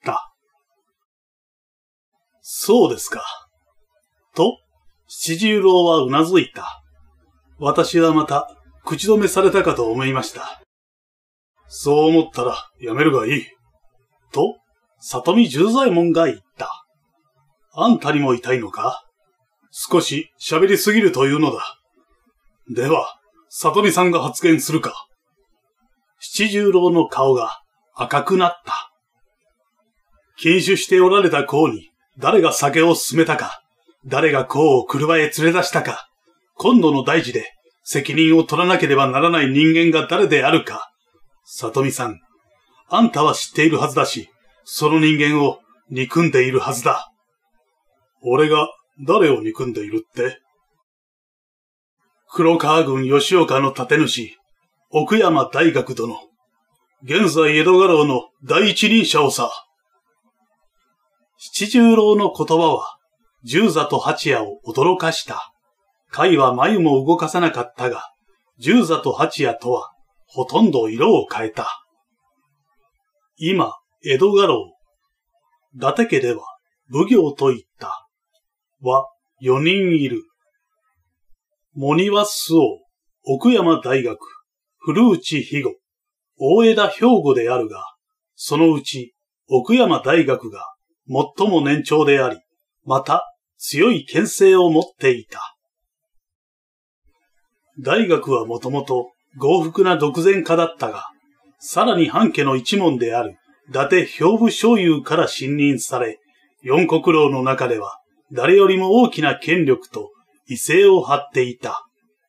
そうですか。と、七十郎はうなずいた。私はまた口止めされたかと思いました。そう思ったらやめるがいい。と、里見十左衛門が言った。あんたにも痛いのか？少し喋りすぎるというのだ。では、里見さんが発言するか。七十郎の顔が赤くなった。禁酒しておられた公に誰が酒を勧めたか、誰が公を車へ連れ出したか、今度の大事で責任を取らなければならない人間が誰であるか。里見さん、あんたは知っているはずだし、その人間を憎んでいるはずだ。俺が誰を憎んでいるって？黒川郡吉岡の立主、奥山大学殿。現在江戸家老の第一人者をさ。七十郎の言葉は、十座と八夜を驚かした。甲斐は眉も動かさなかったが、十座と八夜とは、ほとんど色を変えた。今、江戸家老。伊達家では、奉行と言った。は、4人いる。茂庭周防、奥山大学、古内肥後、大枝兵庫であるが、そのうち奥山大学が最も年長であり、また強い権勢を持っていた。大学はもともと豪福な独善家だったが、さらに藩家の一門である伊達兵部少尉から信任され、四国老の中では誰よりも大きな権力と威勢を張っていた。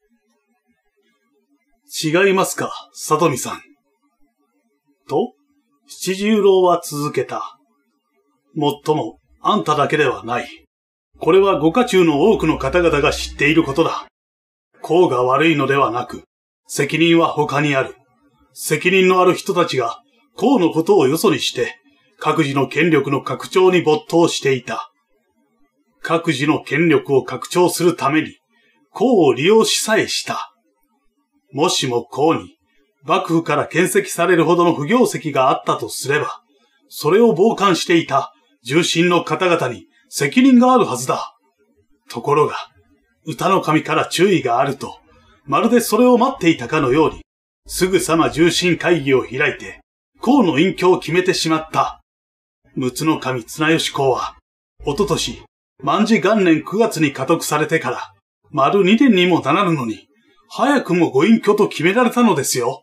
違いますか、里見さん。と、七十郎は続けた。もっとも、あんただけではない。これはご家中の多くの方々が知っていることだ。公が悪いのではなく、責任は他にある。責任のある人たちが、公のことをよそにして、各自の権力の拡張に没頭していた。各自の権力を拡張するために、公を利用しさえした。もしも公に、幕府から検責されるほどの不行跡があったとすれば、それを傍観していた重臣の方々に責任があるはずだ。ところが、歌の神から注意があると、まるでそれを待っていたかのように、すぐさま重臣会議を開いて、公の隠居を決めてしまった。陸奥の神綱吉公は、おととし、万事元年9月に家督されてから、丸2年にもならぬのに、早くもご隠居と決められたのですよ。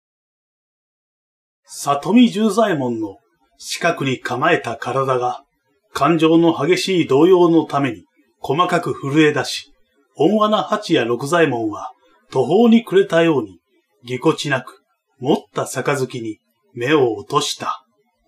里見十左衛門の近くに構えた体が、感情の激しい動揺のために細かく震え出し、温和な八や六左衛門は途方に暮れたように、ぎこちなく、持った杯に目を落とした。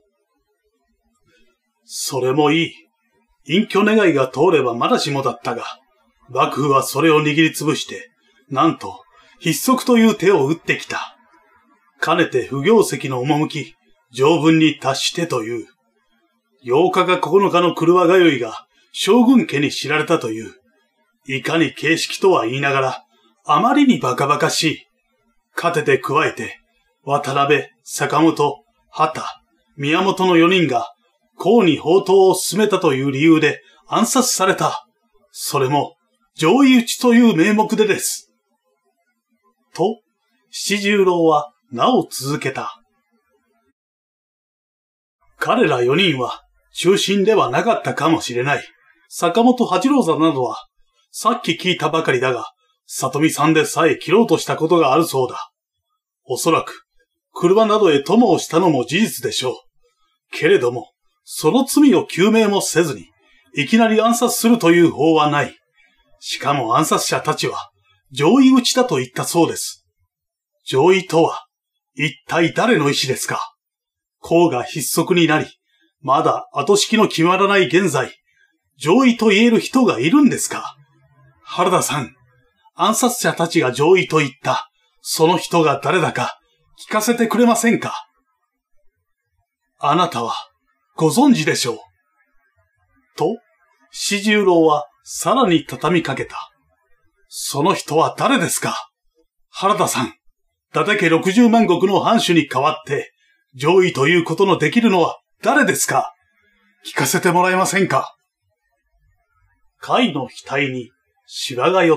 それもいい。隠居願いが通ればまだしもだったが、幕府はそれを握りつぶして、なんと、筆足という手を打ってきた。かねて不行跡の趣、条文に達してという。8日か9日の車通いが将軍家に知られたという。いかに形式とは言いながら、あまりにバカバカしい。かてて加えて、渡辺、坂本、畑、宮本の4人が、公に放蕩を進めたという理由で暗殺された。それも、上位討ちという名目でです。と、七十郎はなお続けた。彼ら4人は中心ではなかったかもしれない。坂本八郎座などは、さっき聞いたばかりだが、里見さんでさえ切ろうとしたことがあるそうだ。おそらく、車などへ友をしたのも事実でしょう。けれども、その罪を究明もせずに、いきなり暗殺するという法はない。しかも暗殺者たちは、上位討ちだと言ったそうです。上位とは、一体誰の意志ですか？公が筆足になり、まだ後式の決まらない現在、 上位と言える人がいるんですか？原田さん、暗殺者たちが上位と言った、その人が誰だか聞かせてくれませんか？あなたはご存知でしょう。と、七十郎はさらに畳みかけた。その人は誰ですか？原田さん、伊達家60万石の藩主に代わって、上位ということのできるのは誰ですか？聞かせてもらえませんか？甲斐の額にシワが寄った。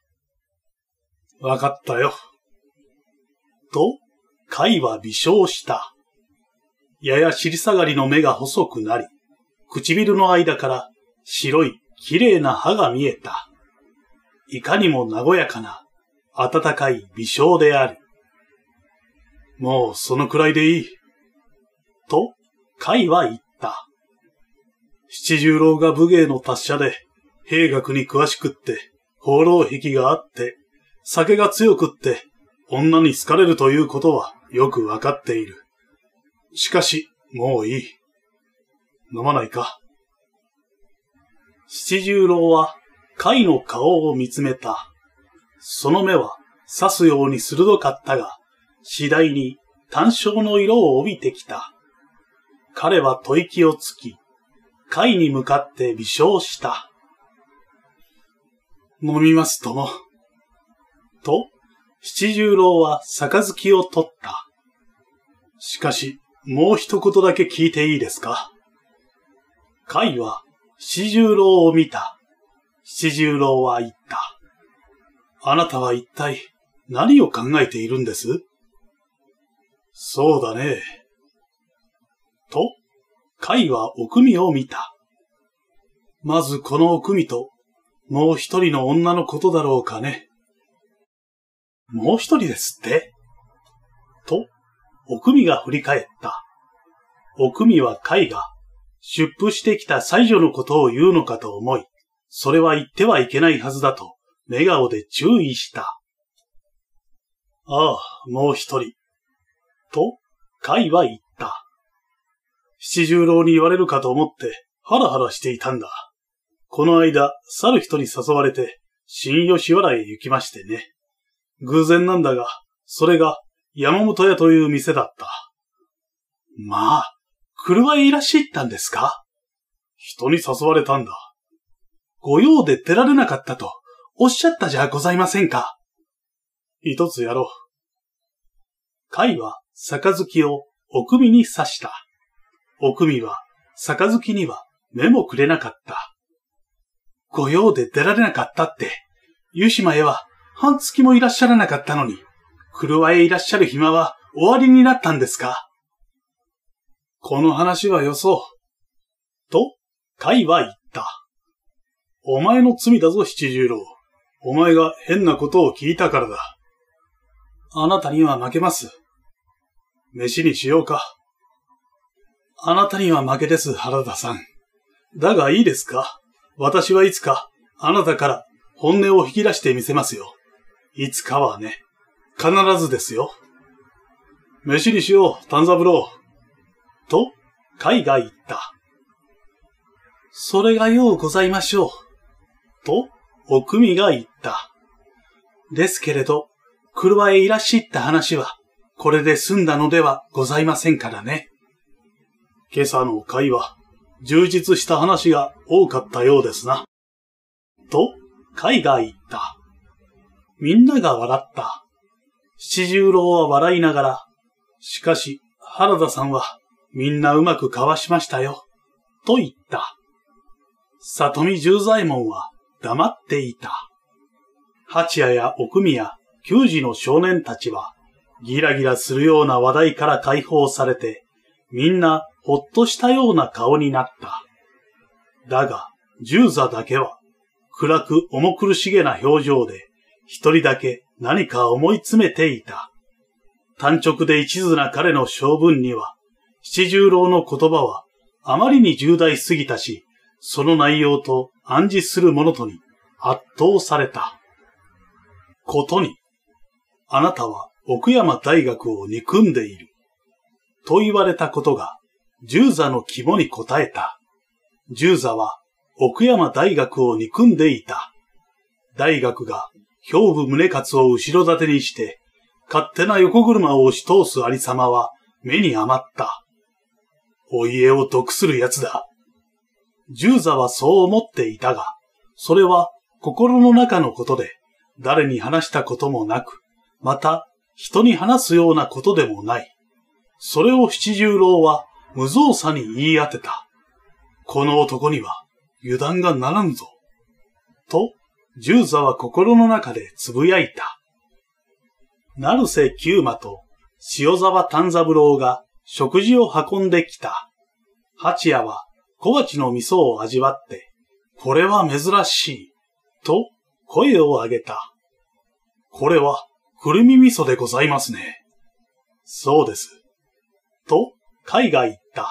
わかったよ。と、甲斐は微笑した。やや尻下がりの目が細くなり、唇の間から白い綺麗な歯が見えた。いかにも和やかな、温かい微笑である。もうそのくらいでいい。と、甲斐は言った。七十郎が武芸の達者で、兵学に詳しくって、放浪癖があって、酒が強くって、女に好かれるということはよくわかっている。しかし、もういい。飲まないか。七十郎は、甲斐の顔を見つめた。その目は刺すように鋭かったが、次第に単焦の色を帯びてきた。彼は吐息をつき、甲斐に向かって微笑した。飲みますとも。と、七十郎は杯を取った。しかし、もう一言だけ聞いていいですか？甲斐は七十郎を見た。七十郎は言った。あなたは一体何を考えているんです？そうだね。と、甲斐はおくみを見た。まずこのおくみと、もう一人の女のことだろうかね。もう一人ですって？と、おくみが振り返った。おくみは甲斐が出府してきた妻女のことを言うのかと思い、それは言ってはいけないはずだと、目顔で注意した。ああ、もう一人。と、甲斐は言った。七十郎に言われるかと思って、ハラハラしていたんだ。この間、去る人に誘われて、新吉原へ行きましてね。偶然なんだが、それが山本屋という店だった。まあ、車へいらっしゃったんですか？人に誘われたんだ。ご用で出られなかったとおっしゃったじゃございませんか。一つやろう。甲斐は杯をおくみに刺した。おくみは杯には目もくれなかった。ご用で出られなかったって、湯島へは半月もいらっしゃらなかったのに、車へいらっしゃる暇は終わりになったんですか？この話はよそう。と、甲斐は言った。お前の罪だぞ、七十郎。お前が変なことを聞いたからだ。あなたには負けます。飯にしようか。あなたには負けです、原田さん。だがいいですか？私はいつかあなたから本音を引き出してみせますよ。いつかはね。必ずですよ。飯にしよう、丹三郎。と、甲斐が言った。それがようございましょう。と、おくみが言った。ですけれど、車へいらっしゃった話は、これで済んだのではございませんからね。今朝の会は、充実した話が多かったようですな。と、甲斐が言った。みんなが笑った。七十郎は笑いながら、しかし、原田さんは、みんなうまくかわしましたよ。と言った。里見十左衛門は黙っていた。八谷や奥宮、球児の少年たちは、ギラギラするような話題から解放されて、みんなほっとしたような顔になった。だが、十座だけは、暗く重苦しげな表情で、一人だけ何か思い詰めていた。単直で一途な彼の性分には、七十郎の言葉はあまりに重大すぎたし、その内容と暗示するものとに圧倒された。ことに、あなたは奥山大学を憎んでいる。と言われたことが、十座の肝に応えた。十座は奥山大学を憎んでいた。大学が兵部宗勝を後ろ盾にして、勝手な横車を押し通すありさまは目に余った。お家を毒するやつだ。十座はそう思っていたが、それは心の中のことで、誰に話したこともなく、また人に話すようなことでもない。それを七十郎は無造作に言い当てた。この男には油断がならんぞ。と、十座は心の中でつぶやいた。成瀬久馬と塩沢丹三郎が食事を運んできた。八谷は小鉢の味噌を味わって、これは珍しい、と声を上げた。これはくるみ味噌でございますね。そうです。と、甲斐が言った。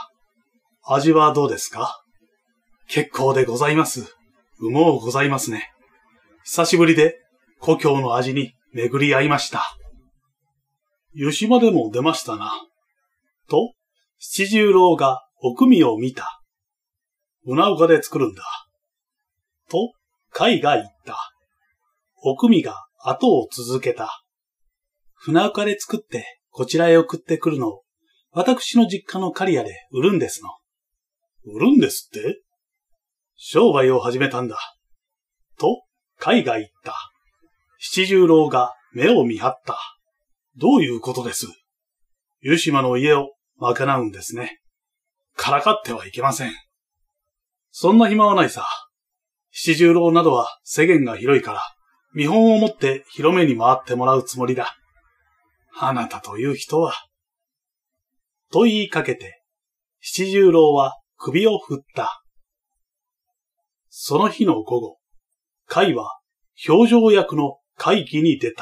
味はどうですか？結構でございます。うもうございますね。久しぶりで故郷の味に巡り合いました。湯島でも出ましたな。と、七十郎がおくみを見た。船岡で作るんだ。と、甲斐が言った。おくみが後を続けた。船岡で作ってこちらへ送ってくるのを、私の実家の刈谷で売るんですの。売るんですって？商売を始めたんだ。と、甲斐が言った。七十郎が目を見張った。どういうことです？湯島の家を賄うんですね。からかってはいけません。そんな暇はないさ。七十郎などは世間が広いから、見本を持って広めに回ってもらうつもりだ。あなたという人は。と言いかけて、七十郎は首を振った。その日の午後、甲斐は評定役の会議に出た。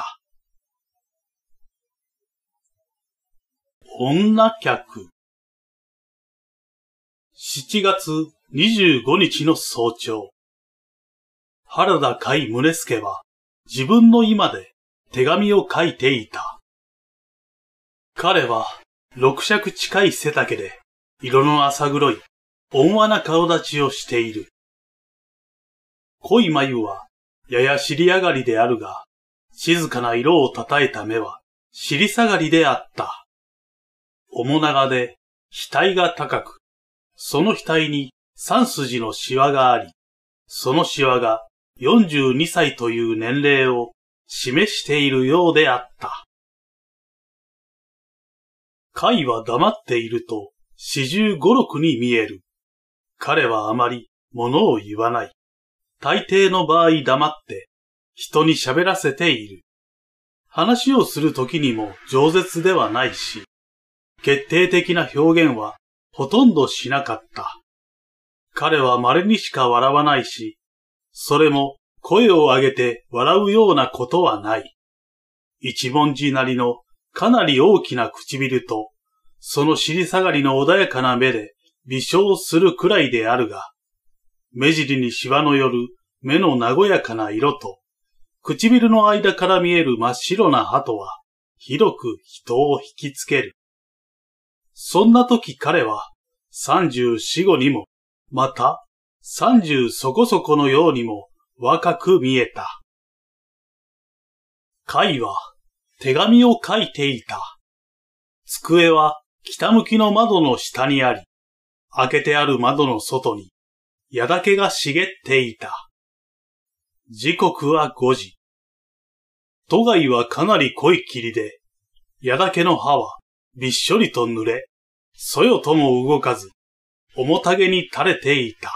女客。7月25日の早朝、原田甲斐宗助は自分の居間で手紙を書いていた。彼は六尺近い背丈で色の浅黒い温和な顔立ちをしている。濃い眉はやや尻上がりであるが、静かな色をたたえた目は尻下がりであった。面長で額が高く、その額に三筋のシワがあり、そのシワが42歳という年齢を示しているようであった。甲斐は黙っていると45、6に見える。彼はあまり物を言わない。大抵の場合黙って人に喋らせている。話をするときにも饒舌ではないし、決定的な表現はほとんどしなかった。彼は稀にしか笑わないし、それも声を上げて笑うようなことはない。一文字なりのかなり大きな唇と、その尻下がりの穏やかな目で微笑するくらいであるが、目尻にシワの寄る目の和やかな色と、唇の間から見える真っ白な歯とは、広く人を引きつける。そんな時彼は、34、5にも、また、30そこそこのようにも若く見えた。甲斐は手紙を書いていた。机は北向きの窓の下にあり、開けてある窓の外に矢竹が茂っていた。時刻は5時。都街はかなり濃い霧で、矢竹の葉はびっしょりと濡れ、そよとも動かず、面影に垂れていた。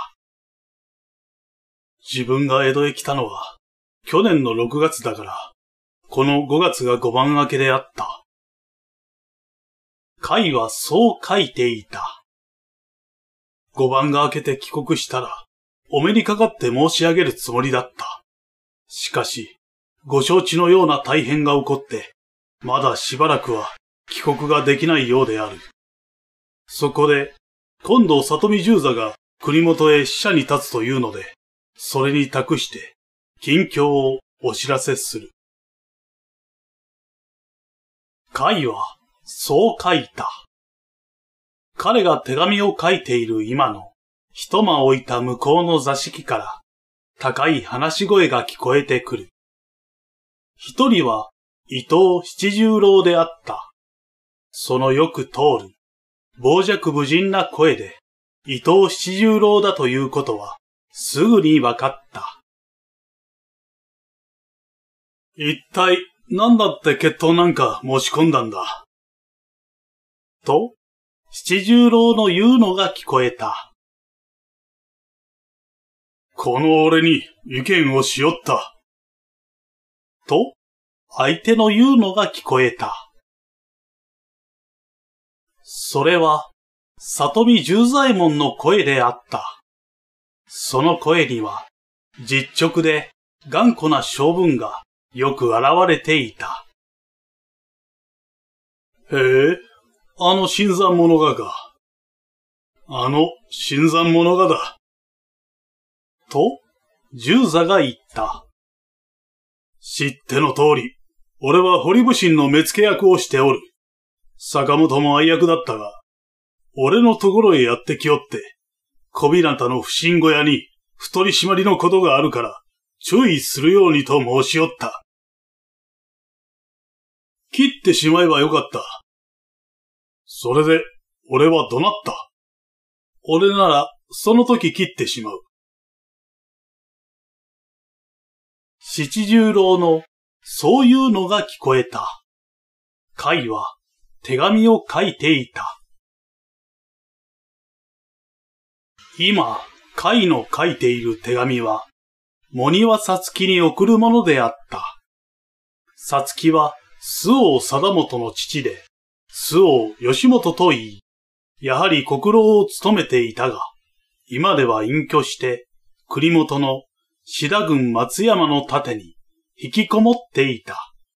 自分が江戸へ来たのは、去年の6月だから、この5月が5番明けであった。甲斐はそう書いていた。5番が明けて帰国したら、お目にかかって申し上げるつもりだった。しかし、ご承知のような大変が起こって、まだしばらくは帰国ができないようである。そこで、今度里見十座が国元へ使者に立つというので、それに託して、近況をお知らせする。甲斐は、そう書いた。彼が手紙を書いている今の一間置いた向こうの座敷から高い話し声が聞こえてくる。一人は伊藤七十郎であった。そのよく通る傍若無人な声で伊藤七十郎だということはすぐにわかった。 一体何だって決闘なんか持ち込んだんだ。 と、七十郎の言うのが聞こえた。 この俺に意見をしよった。 と、相手の言うのが聞こえた。それは、里見十左衛門の声であった。その声には、実直で頑固な性分がよく現れていた。 へえ、あの新参者がか。あの新参者がだ。 と、十座が言った。 知っての通り、俺は堀武神の目付け役をしておる。坂本も愛役だったが、俺のところへやってきよって、小日向の不審小屋に太り締まりのことがあるから、注意するようにと申しよった。切ってしまえばよかった。それで、俺は怒鳴った。俺なら、その時切ってしまう。 七十郎の、そういうのが聞こえた。甲斐は、手紙を書いていた。今、甲斐の書いている手紙は、茂庭皐月に送るものであった。皐月は、周防貞元の父で、周防義元と言い、やはり国老を務めていたが、今では隠居して、国元の志田郡松山の盾に引きこもっていた。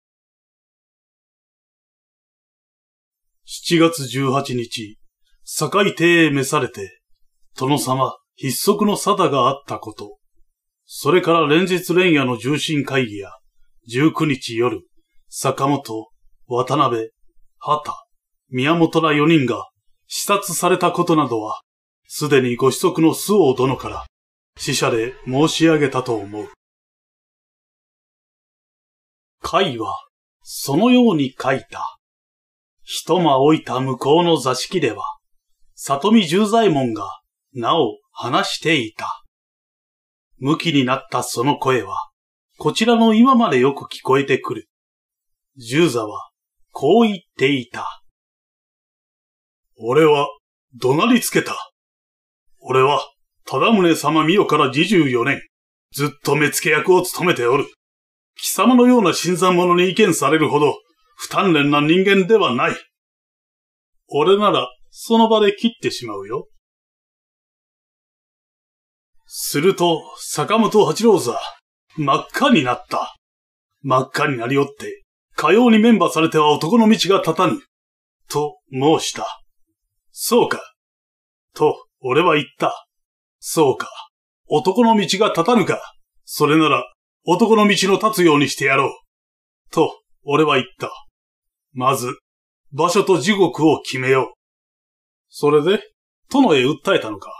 7月18日、堺邸へ召されて、殿様筆足の沙汰があったこと、それから連日連夜の重臣会議や、19日夜、坂本、渡辺、畑、宮本ら4人が視察されたことなどは、すでにご子息の周防殿から、使者で申し上げたと思う。 甲斐は、そのように書いた。一間置いた向こうの座敷では、里見十左衛門が、なお話していた。無気になったその声は、こちらの今までよく聞こえてくる。十座は、こう言っていた。 俺は、怒鳴りつけた。俺は、忠宗様御代から24年、ずっと目付け役を務めておる。貴様のような新参者に意見されるほど、不鍛錬な人間ではない。俺なら、その場で切ってしまうよ。すると、坂本八郎座、真っ赤になった。真っ赤になりおって、かように面馬されては男の道が立たぬ。と申した。そうか。と、俺は言った。そうか。男の道が立たぬか。それなら、男の道の立つようにしてやろう。と、俺は言った。まず、場所と時刻を決めよう。それで、殿へ訴えたのか。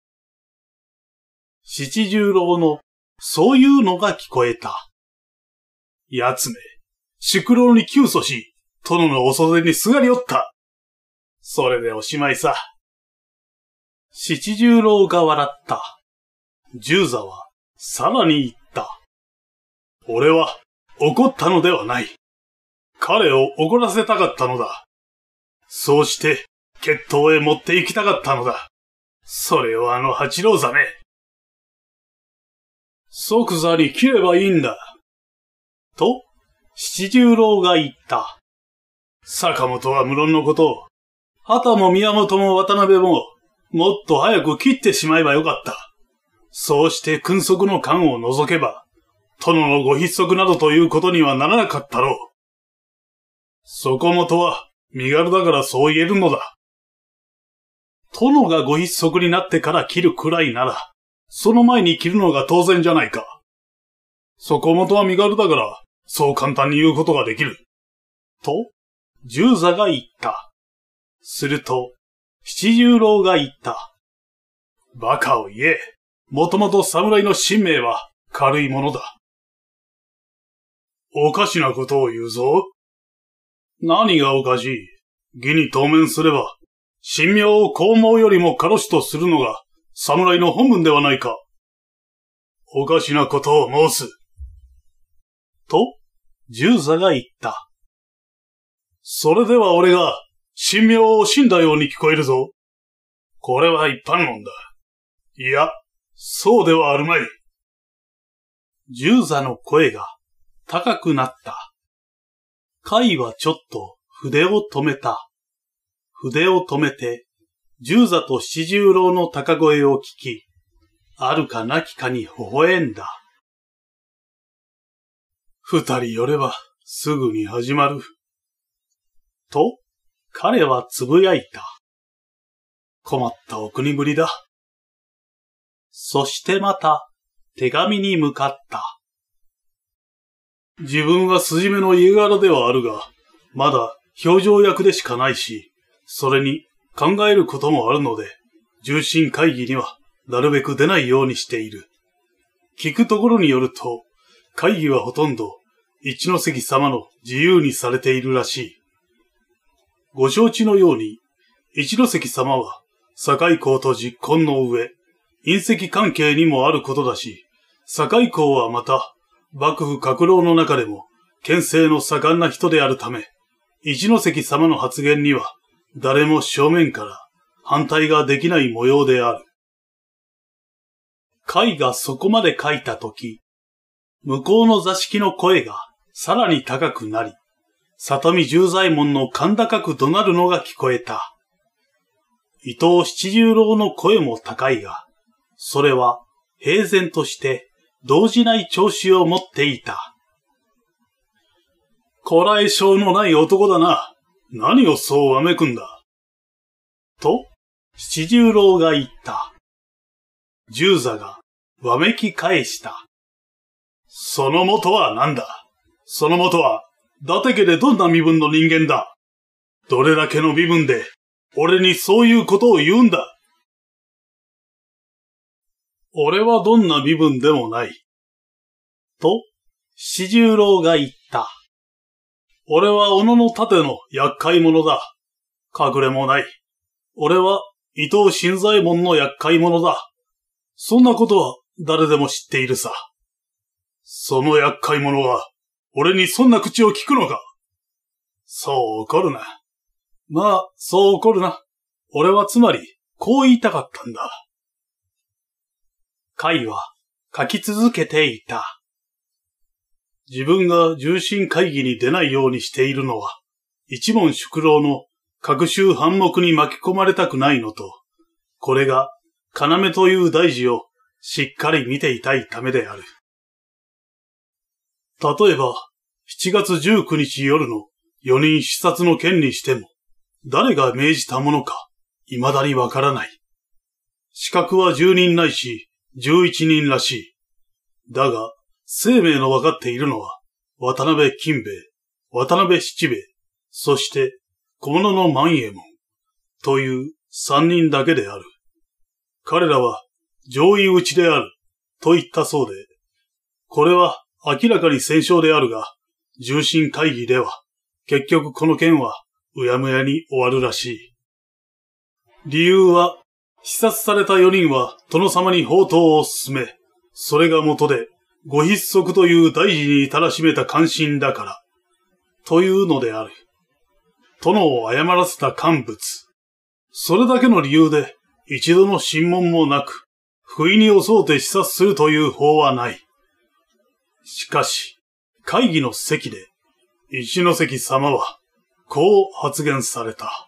七十郎の、そういうのが聞こえた。 奴め、宿老に窮訴し、殿のお袖にすがりおった。それでおしまいさ。 七十郎が笑った。十座は、さらに言った。 俺は、怒ったのではない。彼を怒らせたかったのだ。そうして、決闘へ持って行きたかったのだ。それをあの八郎座め。即座に切ればいいんだ。 と、七十郎が言った。 坂本は無論のこと、畑も宮本も渡辺も、もっと早く切ってしまえばよかった。そうして君側の官を除けば、殿のご筆足などということにはならなかったろう。そこもとは、身軽だからそう言えるのだ。殿がご筆足になってから切るくらいなら、その前に切るのが当然じゃないか。そこもとは身軽だから、そう簡単に言うことができる。 と、十座が言った。すると、七十郎が言った。 バカを言え。もともと侍の使命は軽いものだ。おかしなことを言うぞ。何がおかしい。義に当面すれば、神妙を孔孟よりも軽しとするのが侍の本分ではないか。おかしなことを申す。 と、従座が言った。 それでは俺が神妙を死んだように聞こえるぞ。これは一般論だ。いや、そうではあるまい。 従座の声が高くなった。甲斐はちょっと筆を止めた。筆を止めて、従座と七十郎の高声を聞き、あるかなきかに微笑んだ。 二人寄ればすぐに始まる。 と、彼はつぶやいた。 困ったお国ぶりだ。 そしてまた、手紙に向かった。 自分は筋目の家柄ではあるが、まだ表情役でしかないし、それに考えることもあるので、重臣会議にはなるべく出ないようにしている。聞くところによると、会議はほとんど一ノ関様の自由にされているらしい。ご承知のように、一ノ関様は堺公と実婚の上、姻戚関係にもあることだし、堺公はまた、幕府閣僚の中でも、権勢の盛んな人であるため、一ノ関様の発言には、誰も正面から反対ができない模様である。 甲斐がそこまで書いたとき、向こうの座敷の声がさらに高くなり、里見十左衛門の甲高く怒鳴るのが聞こえた。伊藤七十郎の声も高いが、それは平然として動じない調子を持っていた。 こらえ性のない男だな。何をそうわめくんだ。 と、七十郎が言った。従座がわめき返した。 その元は何だ。その元は、伊達家でどんな身分の人間だ。どれだけの身分で、俺にそういうことを言うんだ。俺はどんな身分でもない。 と、七十郎が言った。 俺は小野の盾の厄介者だ。隠れもない。俺は伊藤新左衛門の厄介者だ。そんなことは誰でも知っているさ。その厄介者は、俺にそんな口を聞くのか。そう怒るな。まあ、そう怒るな。俺はつまり、こう言いたかったんだ。 甲斐は書き続けていた。 自分が重臣会議に出ないようにしているのは、一門宿老の各種反目に巻き込まれたくないのと、これが要という大事をしっかり見ていたいためである。例えば、7月19日夜の4人刺殺の件にしても、誰が命じたものか、未だにわからない。死角は10人ないし、11人らしい。だが、生命のわかっているのは、渡辺金兵衛、渡辺七兵衛、そして小物の万右衛門、という3人だけである。彼らは上位討ちである、と言ったそうで、これは明らかに戦勝であるが、重臣会議では、結局この件はうやむやに終わるらしい。理由は、刺殺された4人は殿様に宝刀を進め、それが元で、ご筆足という大事に至らしめた関心だから、というのである。殿を誤らせた幹物。それだけの理由で、一度の審問もなく、不意に襲うて刺殺するという法はない。しかし、会議の席で、一ノ関様は、こう発言された。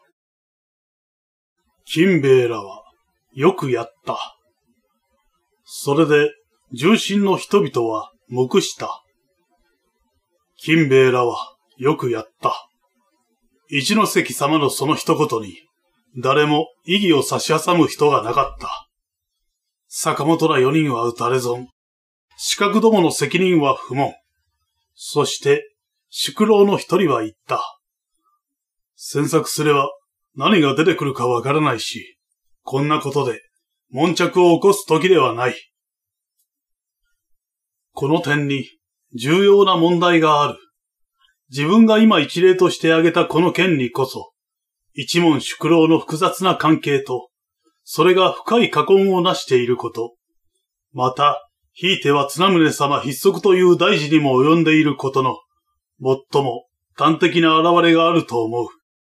金兵衛らは、よくやった。それで、重臣の人々は黙した。金兵衛らはよくやった。一ノ関様のその一言に、誰も異議を差し挟む人がなかった。坂本ら4人は撃たれ損。刺客どもの責任は不問。そして、宿老の一人は言った。詮索すれば何が出てくるかわからないし、こんなことで悶着を起こす時ではない。この点に重要な問題がある。自分が今一例として挙げたこの件にこそ、一門宿老の複雑な関係と、それが深い禍根をなしていること、また、ひいては綱宗様筆足という大事にも及んでいることの、最も端的な現れがあると思う。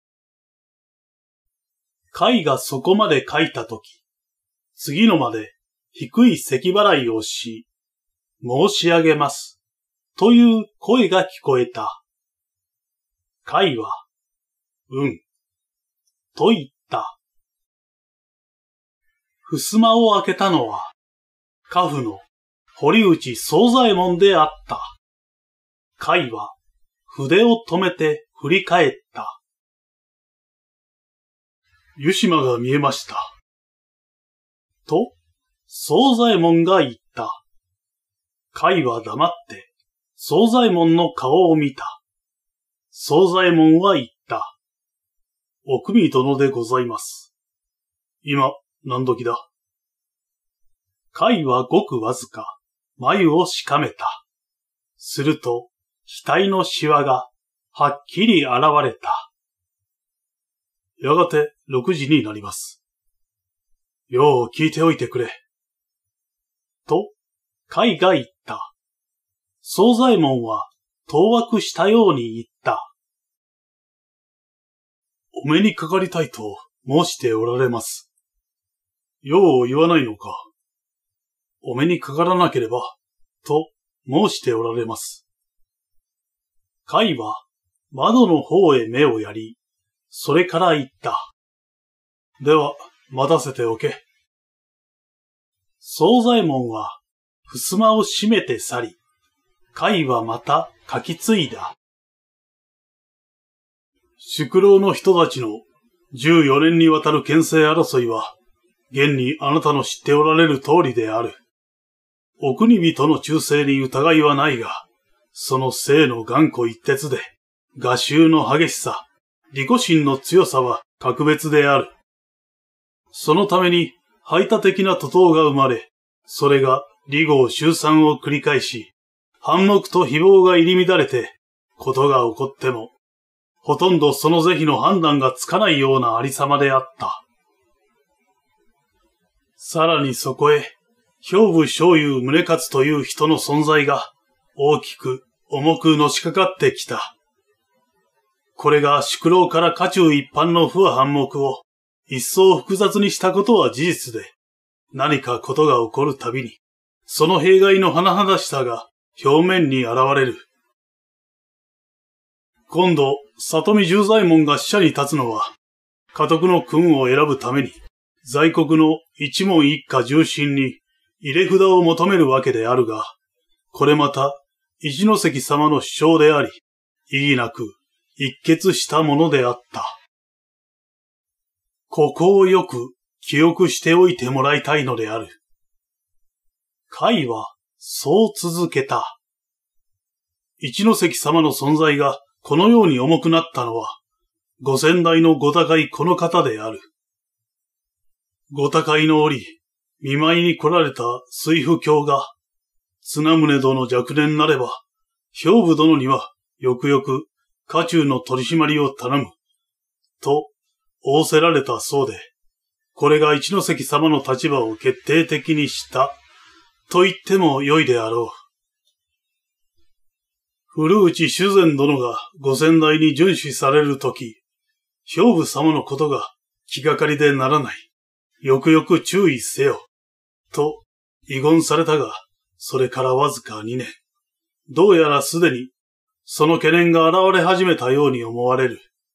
甲斐がそこまで書いたとき、次のまで低い咳払いをし、申し上げます、という声が聞こえた。甲斐は、と言った。襖を開けたのは、家父の堀内惣左衛門であった。甲斐は筆を止めて振り返った。湯島が見えました。と、惣左衛門が言った。甲斐は黙って、惣左衛門の顔を見た。惣左衛門は言った。おくみ殿でございます。今、何時だ。甲斐はごくわずか、眉をしかめた。すると、額のシワが、はっきり現れた。やがて6時になります。よう聞いておいてくれ。と、甲斐が言った。惣左衛門は、当惑したように言った。お目にかかりたいと申しておられます。よう言わないのか。お目にかからなければ、と申しておられます。甲斐は窓の方へ目をやり、それから言った。では、待たせておけ。惣左衛門は、襖を閉めて去り、甲斐はまた書き継いだ。宿老の人たちの14年にわたる権勢争いは、現にあなたの知っておられる通りである。お国人の忠誠に疑いはないが、その生の頑固一徹で、我習の激しさ、利己心の強さは格別である。そのために排他的な徒党が生まれ、それが利合集散を繰り返し、反目と誹謗が入り乱れて、ことが起こっても、ほとんどその是非の判断がつかないようなありさまであった。さらにそこへ、兵部尚友宗勝という人の存在が大きく重くのしかかってきた。これが宿老から家中一般の不和反目を一層複雑にしたことは事実で、何かことが起こるたびに、その弊害の甚だしさが表面に現れる。今度、里見十左衛門が使者に立つのは、家督の君を選ぶために、在国の一門一家重臣に入れ札を求めるわけであるが、これまた一ノ関様の主張であり、異議なく一決したものであった。ここをよく記憶しておいてもらいたいのである。甲斐はそう続けた。一ノ関様の存在がこのように重くなったのは、ご先代のご高いこの方である。ご高いの折、見舞いに来られた水府卿が、綱宗殿若年なれば、兵部殿にはよくよく家中の取り締まりを頼む、と仰せられたそうで、これが一ノ関様の立場を決定的にした、と言っても良いであろう。古内修善殿がご先代に遵守されるとき、兵部様のことが気がかりでならない。よくよく注意せよ。と遺言されたが、それからわずか2年。どうやらすでに、その懸念が現れ始めたように思われる。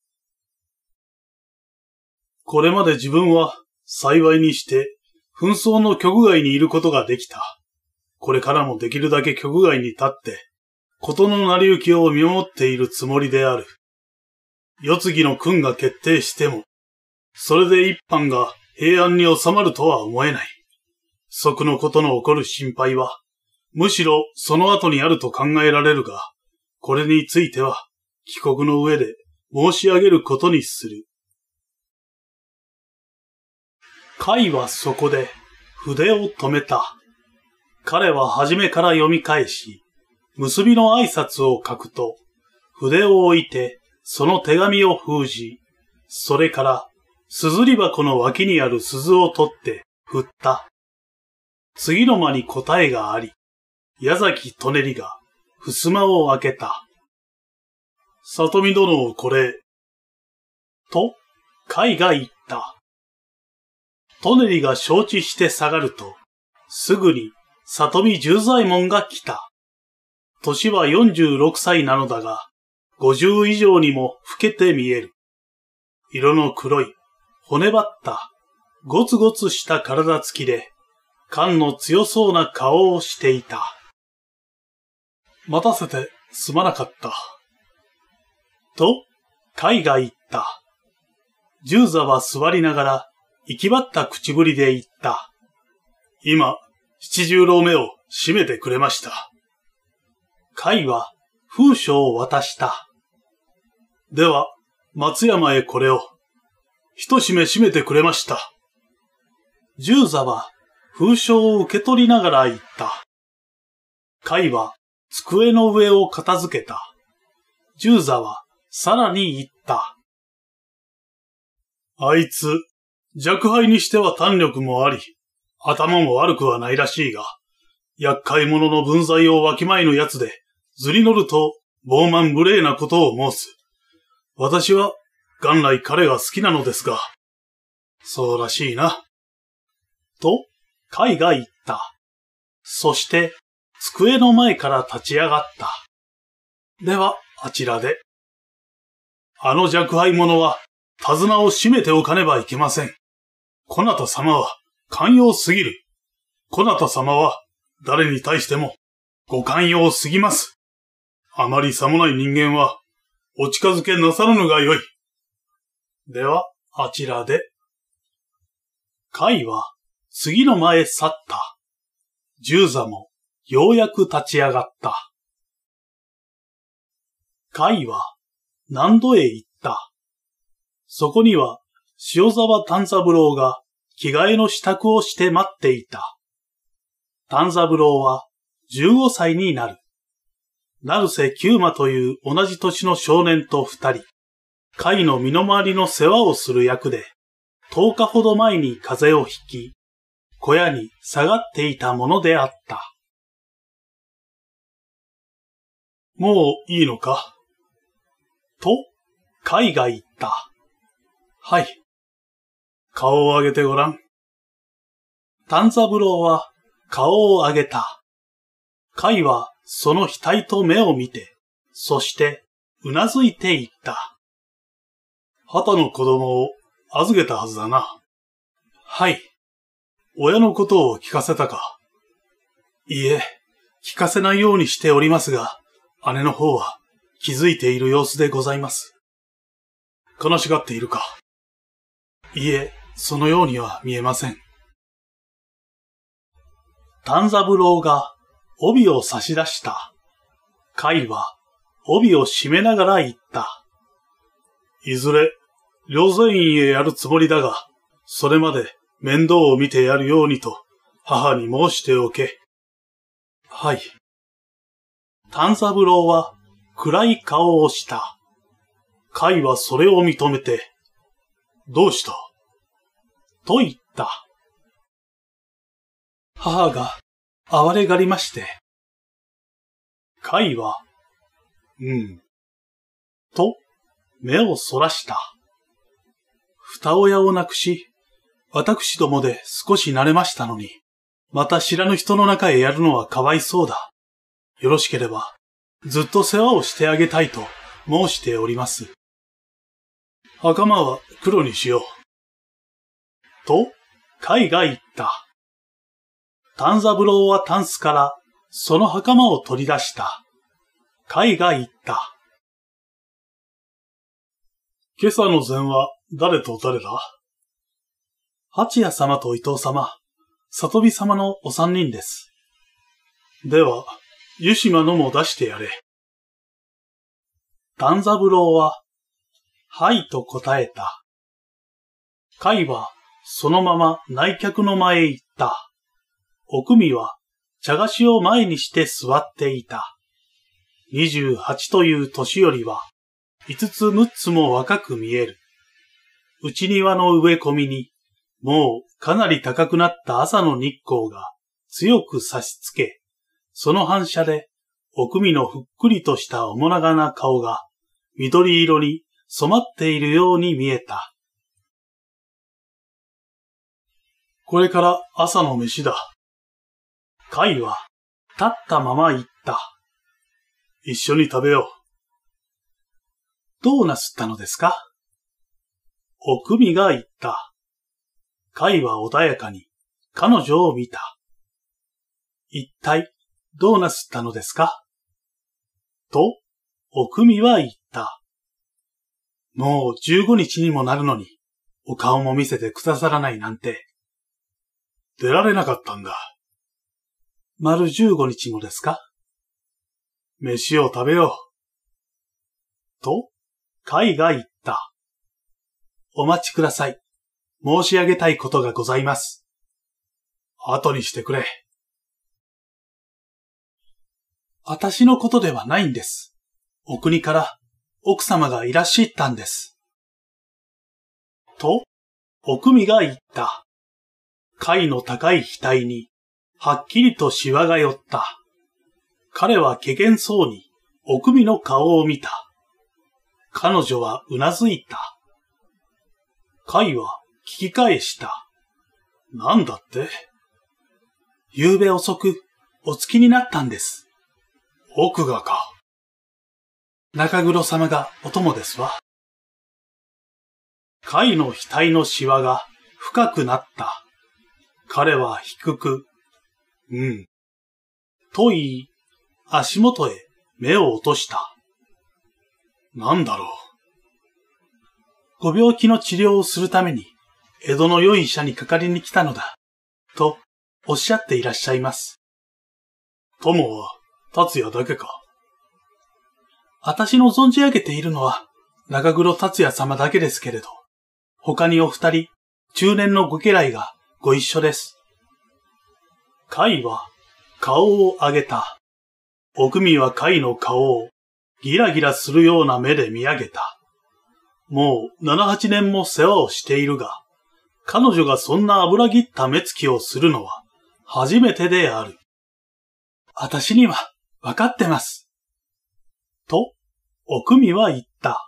これまで自分は幸いにして、紛争の局外にいることができた。これからもできるだけ局外に立って、事の成り行きを見守っているつもりである。世継ぎの君が決定しても、それで一藩が平安に収まるとは思えない。即のことの起こる心配は、むしろその後にあると考えられるが、これについては、帰国の上で申し上げることにする。甲斐はそこで、 筆を止めた。彼は初めから読み返し、結びの挨拶を書くと、筆を置いて、その手紙を封じ、それから、硯箱の脇にある鈴を取って振った。次の間に答えがあり、矢崎舎人が、襖を開けた。里見殿、これ。と、甲斐が言った。舎人が承知して下がると、すぐに、里見十左衛門が来た。年は46歳なのだが、50以上にも老けて見える。色の黒い、骨張った、ゴツゴツした体つきで、勘の強そうな顔をしていた。待たせてすまなかった。と、甲斐が言った。十座は座りながら、息張った口ぶりで言った。今、七十郎目を締めてくれました。甲斐は封書を渡した。では、松山へこれを。一締め締めてくれました。十座は封書を受け取りながら言った。甲斐は机の上を片付けた。十座はさらに言った。あいつ、若輩にしては胆力もあり、頭も悪くはないらしいが、厄介者の分際をわきまえぬ奴で、ずり乗ると傲慢無礼なことを申す。私は元来彼が好きなのですが、そうらしいな。と、甲斐が言った。そして、机の前から立ち上がった。では、あちらで。あの若輩者は、手綱を締めておかねばいけません。こなた様は、寛容すぎる。こなた様は、誰に対しても、ご寛容すぎます。あまりさもない人間は、お近づけなさらぬがよい。では、あちらで。甲斐は、次の間へ去った。十座も、ようやく立ち上がった。甲斐は、南戸へ行った。そこには、塩沢丹三郎が、着替えの支度をして待っていた。丹三郎は、15歳になる。成瀬久馬という同じ年の少年と二人、甲斐の身の回りの世話をする役で、10日ほど前に風邪をひき、小屋に下がっていたものであった。もういいのかと、甲斐が言った。はい。顔を上げてごらん。丹三郎は顔を上げた。甲斐はその額と目を見て、そしてうなずいて言った。旗の子供を預けたはずだな。はい。親のことを聞かせたか。いいえ、聞かせないようにしておりますが、姉の方は気づいている様子でございます。悲しがっているか。いいえ、そのようには見えません。丹三郎が帯を差し出した。甲斐は帯を締めながら言った。いずれ、両前院へやるつもりだが、それまで面倒を見てやるようにと母に申しておけ。はい。丹三郎は暗い顔をした。甲斐はそれを認めて、どうしたと言った。母が哀れがりまして。甲斐は、と目をそらした。二親を亡くし、私どもで少し慣れましたのに、また知らぬ人の中へやるのはかわいそうだ。よろしければ、ずっと世話をしてあげたいと申しております。袴は黒にしよう。と、甲斐が言った。丹三郎はタンスからその袴を取り出した。甲斐が言った。今朝の膳は誰と誰だ？八谷様と伊藤様、里見様のお三人です。では、湯島のも出してやれ。丹三郎は、はいと答えた。甲斐はそのまま内客の前へ行った。 おくみは茶菓子を前にして座っていた。28という年よりは、5つ6つも若く見える。内庭の植え込みに、もうかなり高くなった朝の日光が強く差し付け、その反射で、おくみのふっくりとした面長な顔が緑色に染まっているように見えた。 これから朝の飯だ。 貝は立ったまま言った。 一緒に食べよう。どうなすったのですか？おくみが言った。貝は穏やかに彼女を見た。一体どうなすったのですか？と、おくみは言った。もう15日にもなるのに、お顔も見せてくださらないなんて。 出られなかったんだ。 丸15日もですか？ 飯を食べよう。と、貝が言った。お待ちください。申し上げたいことがございます。 後にしてくれ。 私のことではないんです。お国から奥様がいらっしゃったんです。と、おくみが言った。貝の高い額に、はっきりとシワが寄った。彼は怪訝そうに、おくみの顔を見た。彼女はうなずいた。貝は聞き返した。 なんだって？ 夕べ遅く、お着きになったんです。 奥がか。 中黒様がお供ですわ。貝の額のシワが深くなった。彼は低く、と言い、足元へ目を落とした。 なんだろう。 ご病気の治療をするために、江戸の良い医者にかかりに来たのだ、とおっしゃっていらっしゃいます。 友は達也だけか。 私の存じ上げているのは、中黒達也様だけですけれど、他にお二人、中年のご家来がご一緒です。貝は顔を上げた。おくみは貝の顔をギラギラするような目で見上げた。もう7、8年も世話をしているが、彼女がそんな油ぎった目つきをするのは初めてである。私にはわかってます。と、おくみは言った。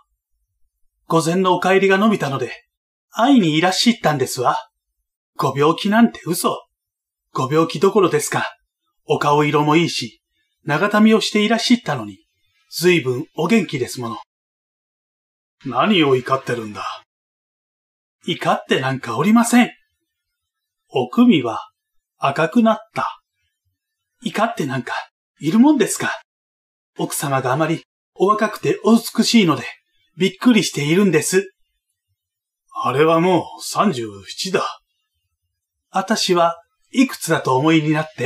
午前のお帰りが伸びたので、会いにいらっしゃったんですわ。ご病気なんて嘘。ご病気どころですか。お顔色もいいし、長旅をしていらっしゃったのに、ずいぶんお元気ですもの。 何を怒ってるんだ。 怒ってなんかおりません。おくみは赤くなった。怒ってなんかいるもんですか。奥様があまりお若くてお美しいので、びっくりしているんです。 あれはもう37だ。 私はいくつだと思いになって。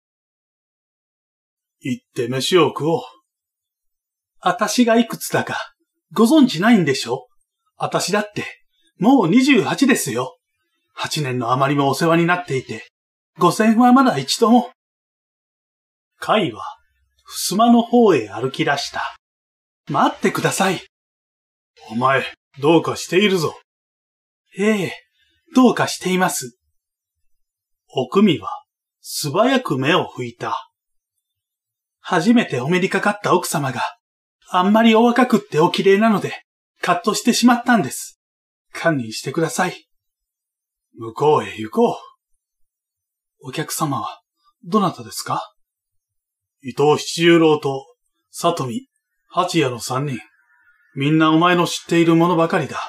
行って飯を食おう。 私がいくつだかご存知ないんでしょ？私だってもう28ですよ。8年のあまりもお世話になっていて、5000はまだ一度も。貝は襖の方へ歩き出した。待ってください。 お前、どうかしているぞ。 ええ、どうかしています。おくみは素早く目を拭いた。初めてお目にかかった奥様があんまりお若くってお綺麗なので、カッとしてしまったんです。堪忍してください。 向こうへ行こう。お客様はどなたですか？ 伊藤七十郎と里見、八谷の3人。みんなお前の知っているものばかりだ。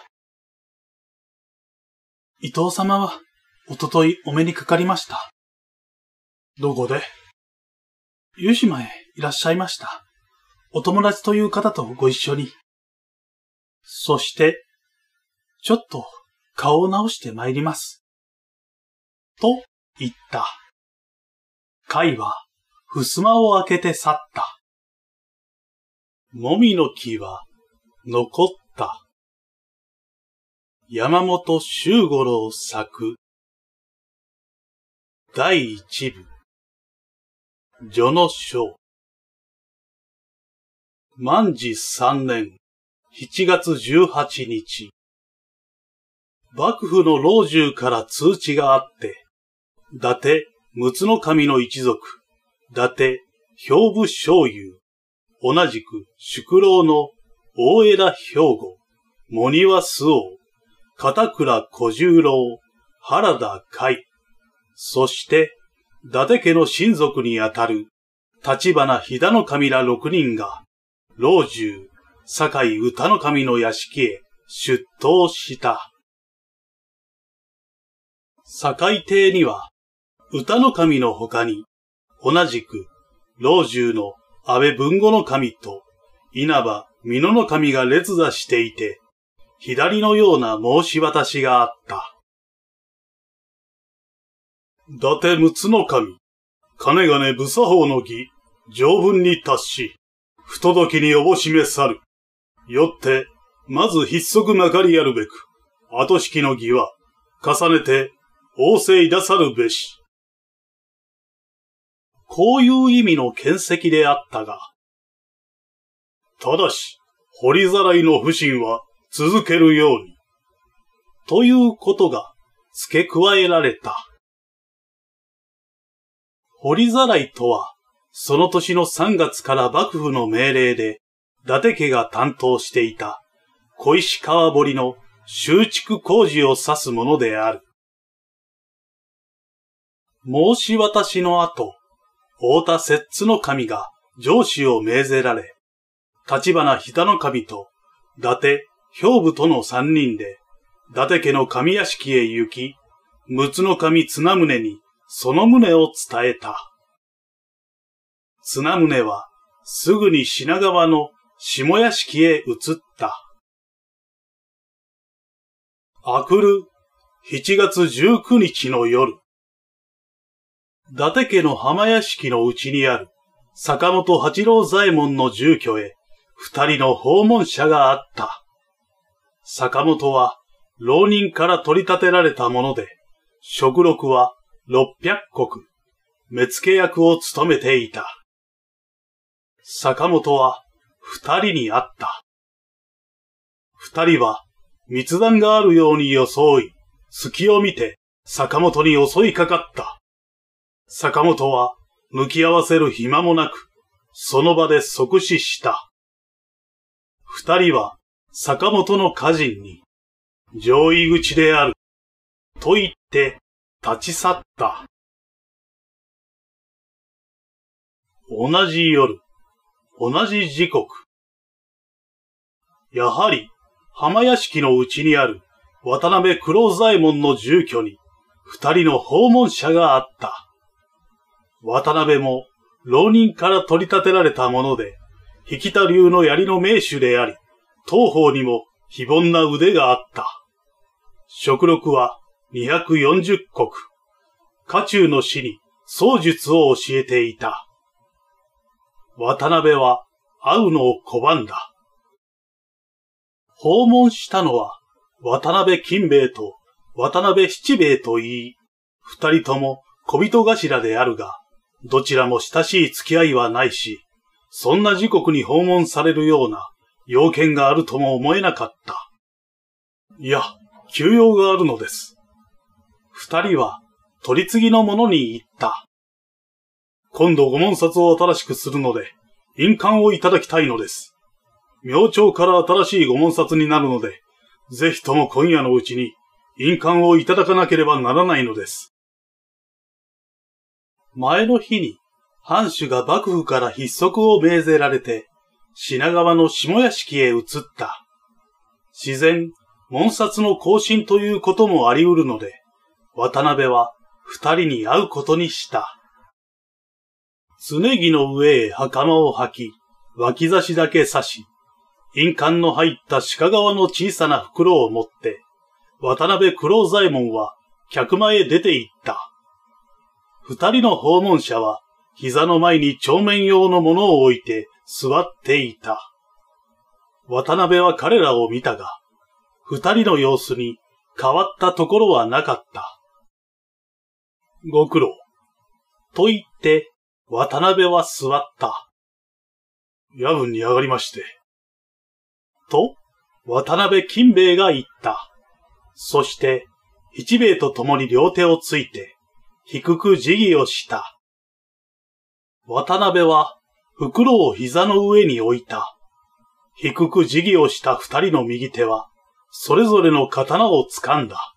伊藤様はおとといお目にかかりました。 どこで？ 湯島へいらっしゃいました。お友達という方とご一緒に。そして、ちょっと顔を直して参ります。と言った。貝は襖を開けて去った。もみの木は残った。山本周五郎作。 第一部。序の章。万治3年7月18日。幕府の老中から通知があって、伊達陸奥守の一族、伊達兵部少尉、同じく宿老の大枝兵庫、茂庭周王、片倉小十郎、原田海、そして、伊達家の親族にあたる、立花飛騨の神ら6人が、老中、堺歌の神の屋敷へ出頭した。堺邸には、歌の神の他に、同じく、老中の安倍文吾の神と、稲葉美濃の神が列座していて、左のような申し渡しがあった。伊達陸奥の神、かねがね武作法の儀、条文に達し、不届きにおぼしめ去る。よって、まず筆足まかりやるべく、後式の儀は、重ねて、仰せいださるべし。こういう意味の見跡であったが、ただし、掘りざらいの不信は続けるように、ということが付け加えられた。掘りざらいとは、その年の3月から幕府の命令で、伊達家が担当していた小石川堀の修築工事を指すものである。申し渡しの後、太田摂津の神が上司を命ぜられ、立花飛騨の神と伊達兵部との3人で、伊達家の神屋敷へ行き、陸奥の神綱宗にその旨を伝えた。綱宗はすぐに品川の下屋敷へ移った。あくる7月19日の夜、伊達家の浜屋敷のうちにある坂本八郎左衛門の住居へ2人の訪問者があった。坂本は浪人から取り立てられたもので、職録は600石、目付役を務めていた。坂本は2人に会った。2人は密談があるように装い、隙を見て坂本に襲いかかった。坂本は向き合わせる暇もなく、その場で即死した。2人は坂本の家人に、上位口である、と言って立ち去った。同じ夜、同じ時刻。やはり、浜屋敷のうちにある渡辺九郎左衛門の住居に、2人の訪問者があった。渡辺も浪人から取り立てられたもので、引田流の槍の名手であり、当方にも非凡な腕があった。職録は240石。家中の士に槍術を教えていた。渡辺は会うのを拒んだ。訪問したのは渡辺金兵衛と渡辺七兵衛と言い、2人とも小人頭であるが、どちらも親しい付き合いはないし、そんな時刻に訪問されるような要件があるとも思えなかった。いや、急用があるのです。2人は取り次ぎの者に言った。今度ご門札を新しくするので、印鑑をいただきたいのです。明朝から新しいご門札になるので、ぜひとも今夜のうちに印鑑をいただかなければならないのです。前の日に、藩主が幕府から筆足を命ぜられて、品川の下屋敷へ移った。自然、門札の更新ということもあり得るので、渡辺は2人に会うことにした。常木の上へ袴を履き、脇差しだけ刺し、印鑑の入った鹿革の小さな袋を持って、渡辺九郎左衛門は客間へ出て行った。2人の訪問者は膝の前に帳面用のものを置いて座っていた。渡辺は彼らを見たが、2人の様子に変わったところはなかった。ご苦労。 と言って、渡辺は座った。 夜分に上がりまして。 と、渡辺金兵衛が言った。そして、七兵衛と共に両手をついて、低く辞儀をした。渡辺は、袋を膝の上に置いた。低く辞儀をした二人の右手は、それぞれの刀を掴んだ。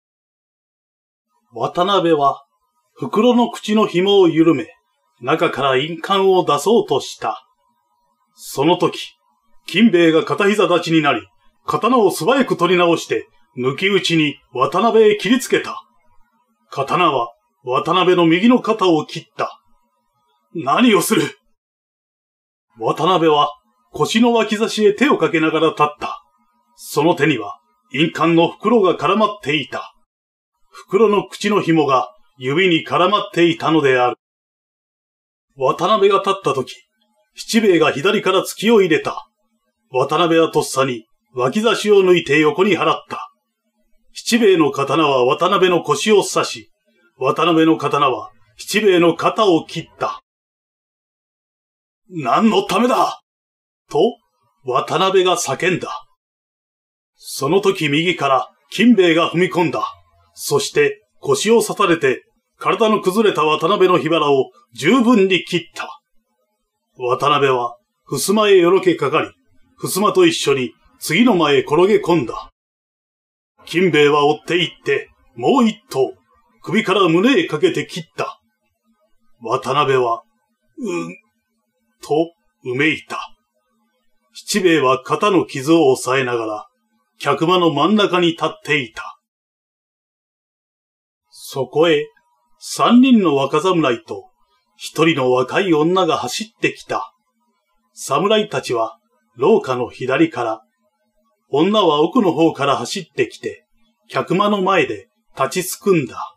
渡辺は、袋の口の紐を緩め、中から印鑑を出そうとした。その時、金兵衛が片膝立ちになり、刀を素早く取り直して、抜き打ちに渡辺へ切りつけた。刀は渡辺の右の肩を切った。何をする？渡辺は腰の脇差しへ手をかけながら立った。その手には印鑑の袋が絡まっていた。袋の口の紐が指に絡まっていたのである。渡辺が立った時、七兵衛が左から突きを入れた。渡辺はとっさに脇差しを抜いて横に払った。七兵衛の刀は渡辺の腰を刺し、渡辺の刀は七兵衛の肩を切った。何のためだと、渡辺が叫んだ。その時右から金兵衛が踏み込んだ。そして腰を刺されて体の崩れた渡辺の火腹を十分に切った。渡辺は襖へよろけかかり、襖と一緒に次の間へ転げ込んだ。金兵衛は追って行って、もう一頭、首から胸へかけて切った。渡辺は、と、うめいた。七兵衛は肩の傷を押さえながら、客間の真ん中に立っていた。そこへ、三人の若侍と、一人の若い女が走ってきた。侍たちは、廊下の左から、女は奥の方から走ってきて、客間の前で立ちすくんだ。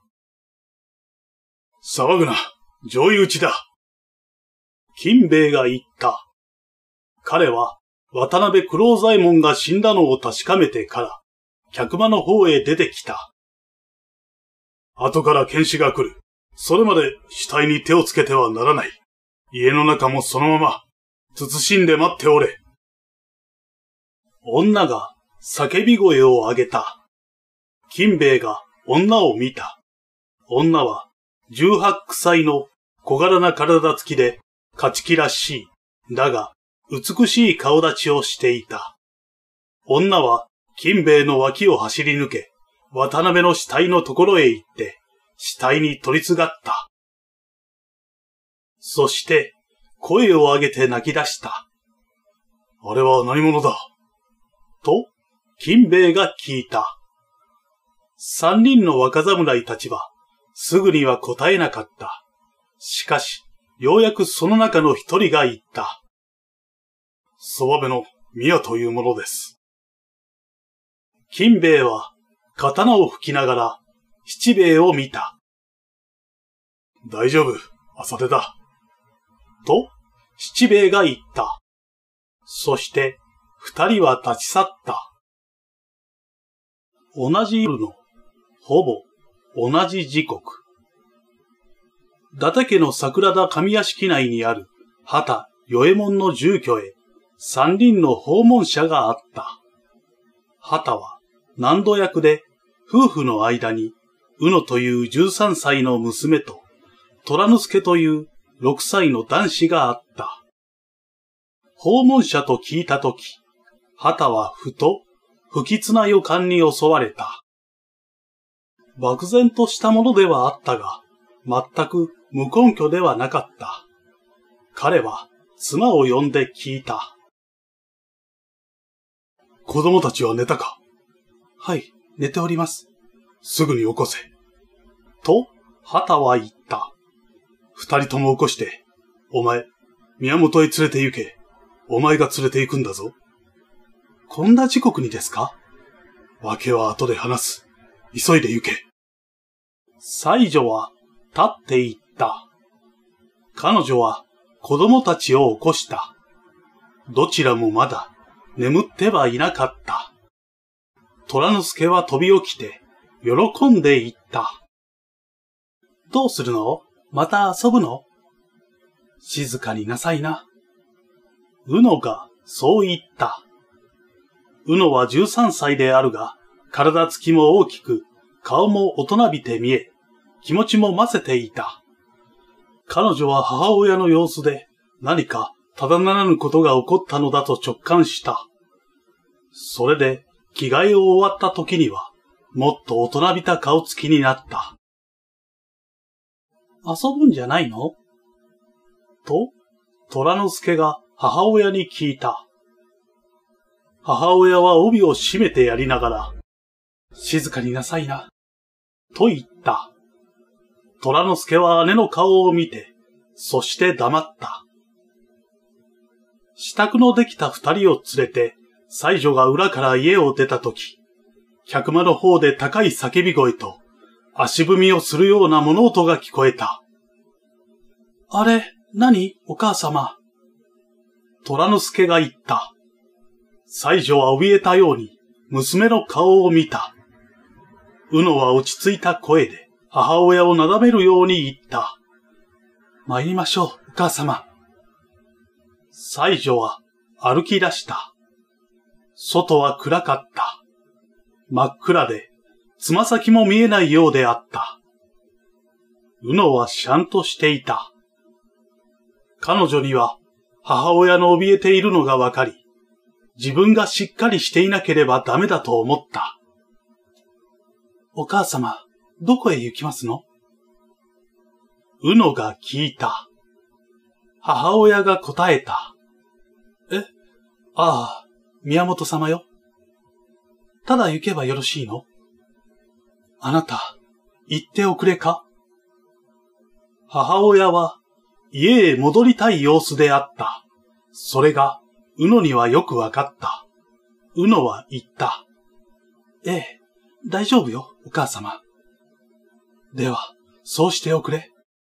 騒ぐな、上意討ちだ。 金兵衛が言った。彼は渡辺九郎左衛門が死んだのを確かめてから、客間の方へ出てきた。 後から検視が来る。それまで死体に手をつけてはならない。家の中もそのまま、慎んで待っておれ。 女が叫び声を上げた。金兵衛が女を見た。女は18歳の小柄な体つきで勝ち気らしい。だが美しい顔立ちをしていた。女は金兵衛の脇を走り抜け、渡辺の死体のところへ行って、死体に取りすがった。そして声を上げて泣き出した。 あれは何者だと、金兵衛が聞いた。三人の若侍たちは、すぐには答えなかった。しかし、ようやくその中の一人が言った。 そばべの宮というものです。 金兵衛は、刀を吹きながら、七兵衛を見た。 大丈夫、浅手だ。 と、七兵衛が言った。そして、二人は立ち去った。同じ夜の、ほぼ同じ時刻。伊達家の桜田上屋敷内にある畑与右衛門の住居へ三人の訪問者があった。畑は納戸役で夫婦の間に宇野という13歳の娘と虎之助という6歳の男子があった。訪問者と聞いたとき、畑はふと不吉な予感に襲われた。漠然としたものではあったが、全く無根拠ではなかった。彼は妻を呼んで聞いた。 子供たちは寝たか？ はい、寝ております。 すぐに起こせ。 と、畑は言った。 二人とも起こして、お前、宮本へ連れて行け。お前が連れて行くんだぞ。 こんな時刻にですか？ 訳は後で話す。急いで行け。 妻女は立って行った。彼女は子供たちを起こした。どちらもまだ眠ってはいなかった。虎之助は飛び起きて喜んで言った。どうするの？ また遊ぶの？静かになさいな。 うのがそう言った。うのは13歳であるが、体つきも大きく、顔も大人びて見え、気持ちもませていた。彼女は母親の様子で何かただならぬことが起こったのだと直感した。それで着替えを終わった時には、もっと大人びた顔つきになった。 遊ぶんじゃないの？ と、虎之助が母親に聞いた。母親は帯を締めてやりながら、 静かになさいな、 と言った。虎之助は姉の顔を見て、そして黙った。支度のできた二人を連れて、妻女が裏から家を出たとき、客間の方で高い叫び声と、足踏みをするような物音が聞こえた。 あれ、何？お母様。 虎之助が言った。妻女は怯えたように、娘の顔を見た。うのは落ち着いた声で、母親をなだめるように言った。 参りましょう、お母様。 妻女は歩き出した。外は暗かった。真っ暗で、つま先も見えないようであった。うのはしゃんとしていた。彼女には母親の怯えているのがわかり、自分がしっかりしていなければダメだと思った。 お母様、どこへ行きますの？ うのが聞いた。母親が答えた。 ああ、宮本様よ。ただ行けばよろしいの？あなた、言っておくれか？ 母親は家へ戻りたい様子であった。それが、うのにはよくわかった。うのは言った。 ええ、大丈夫よ、お母様。では、そうしておくれ。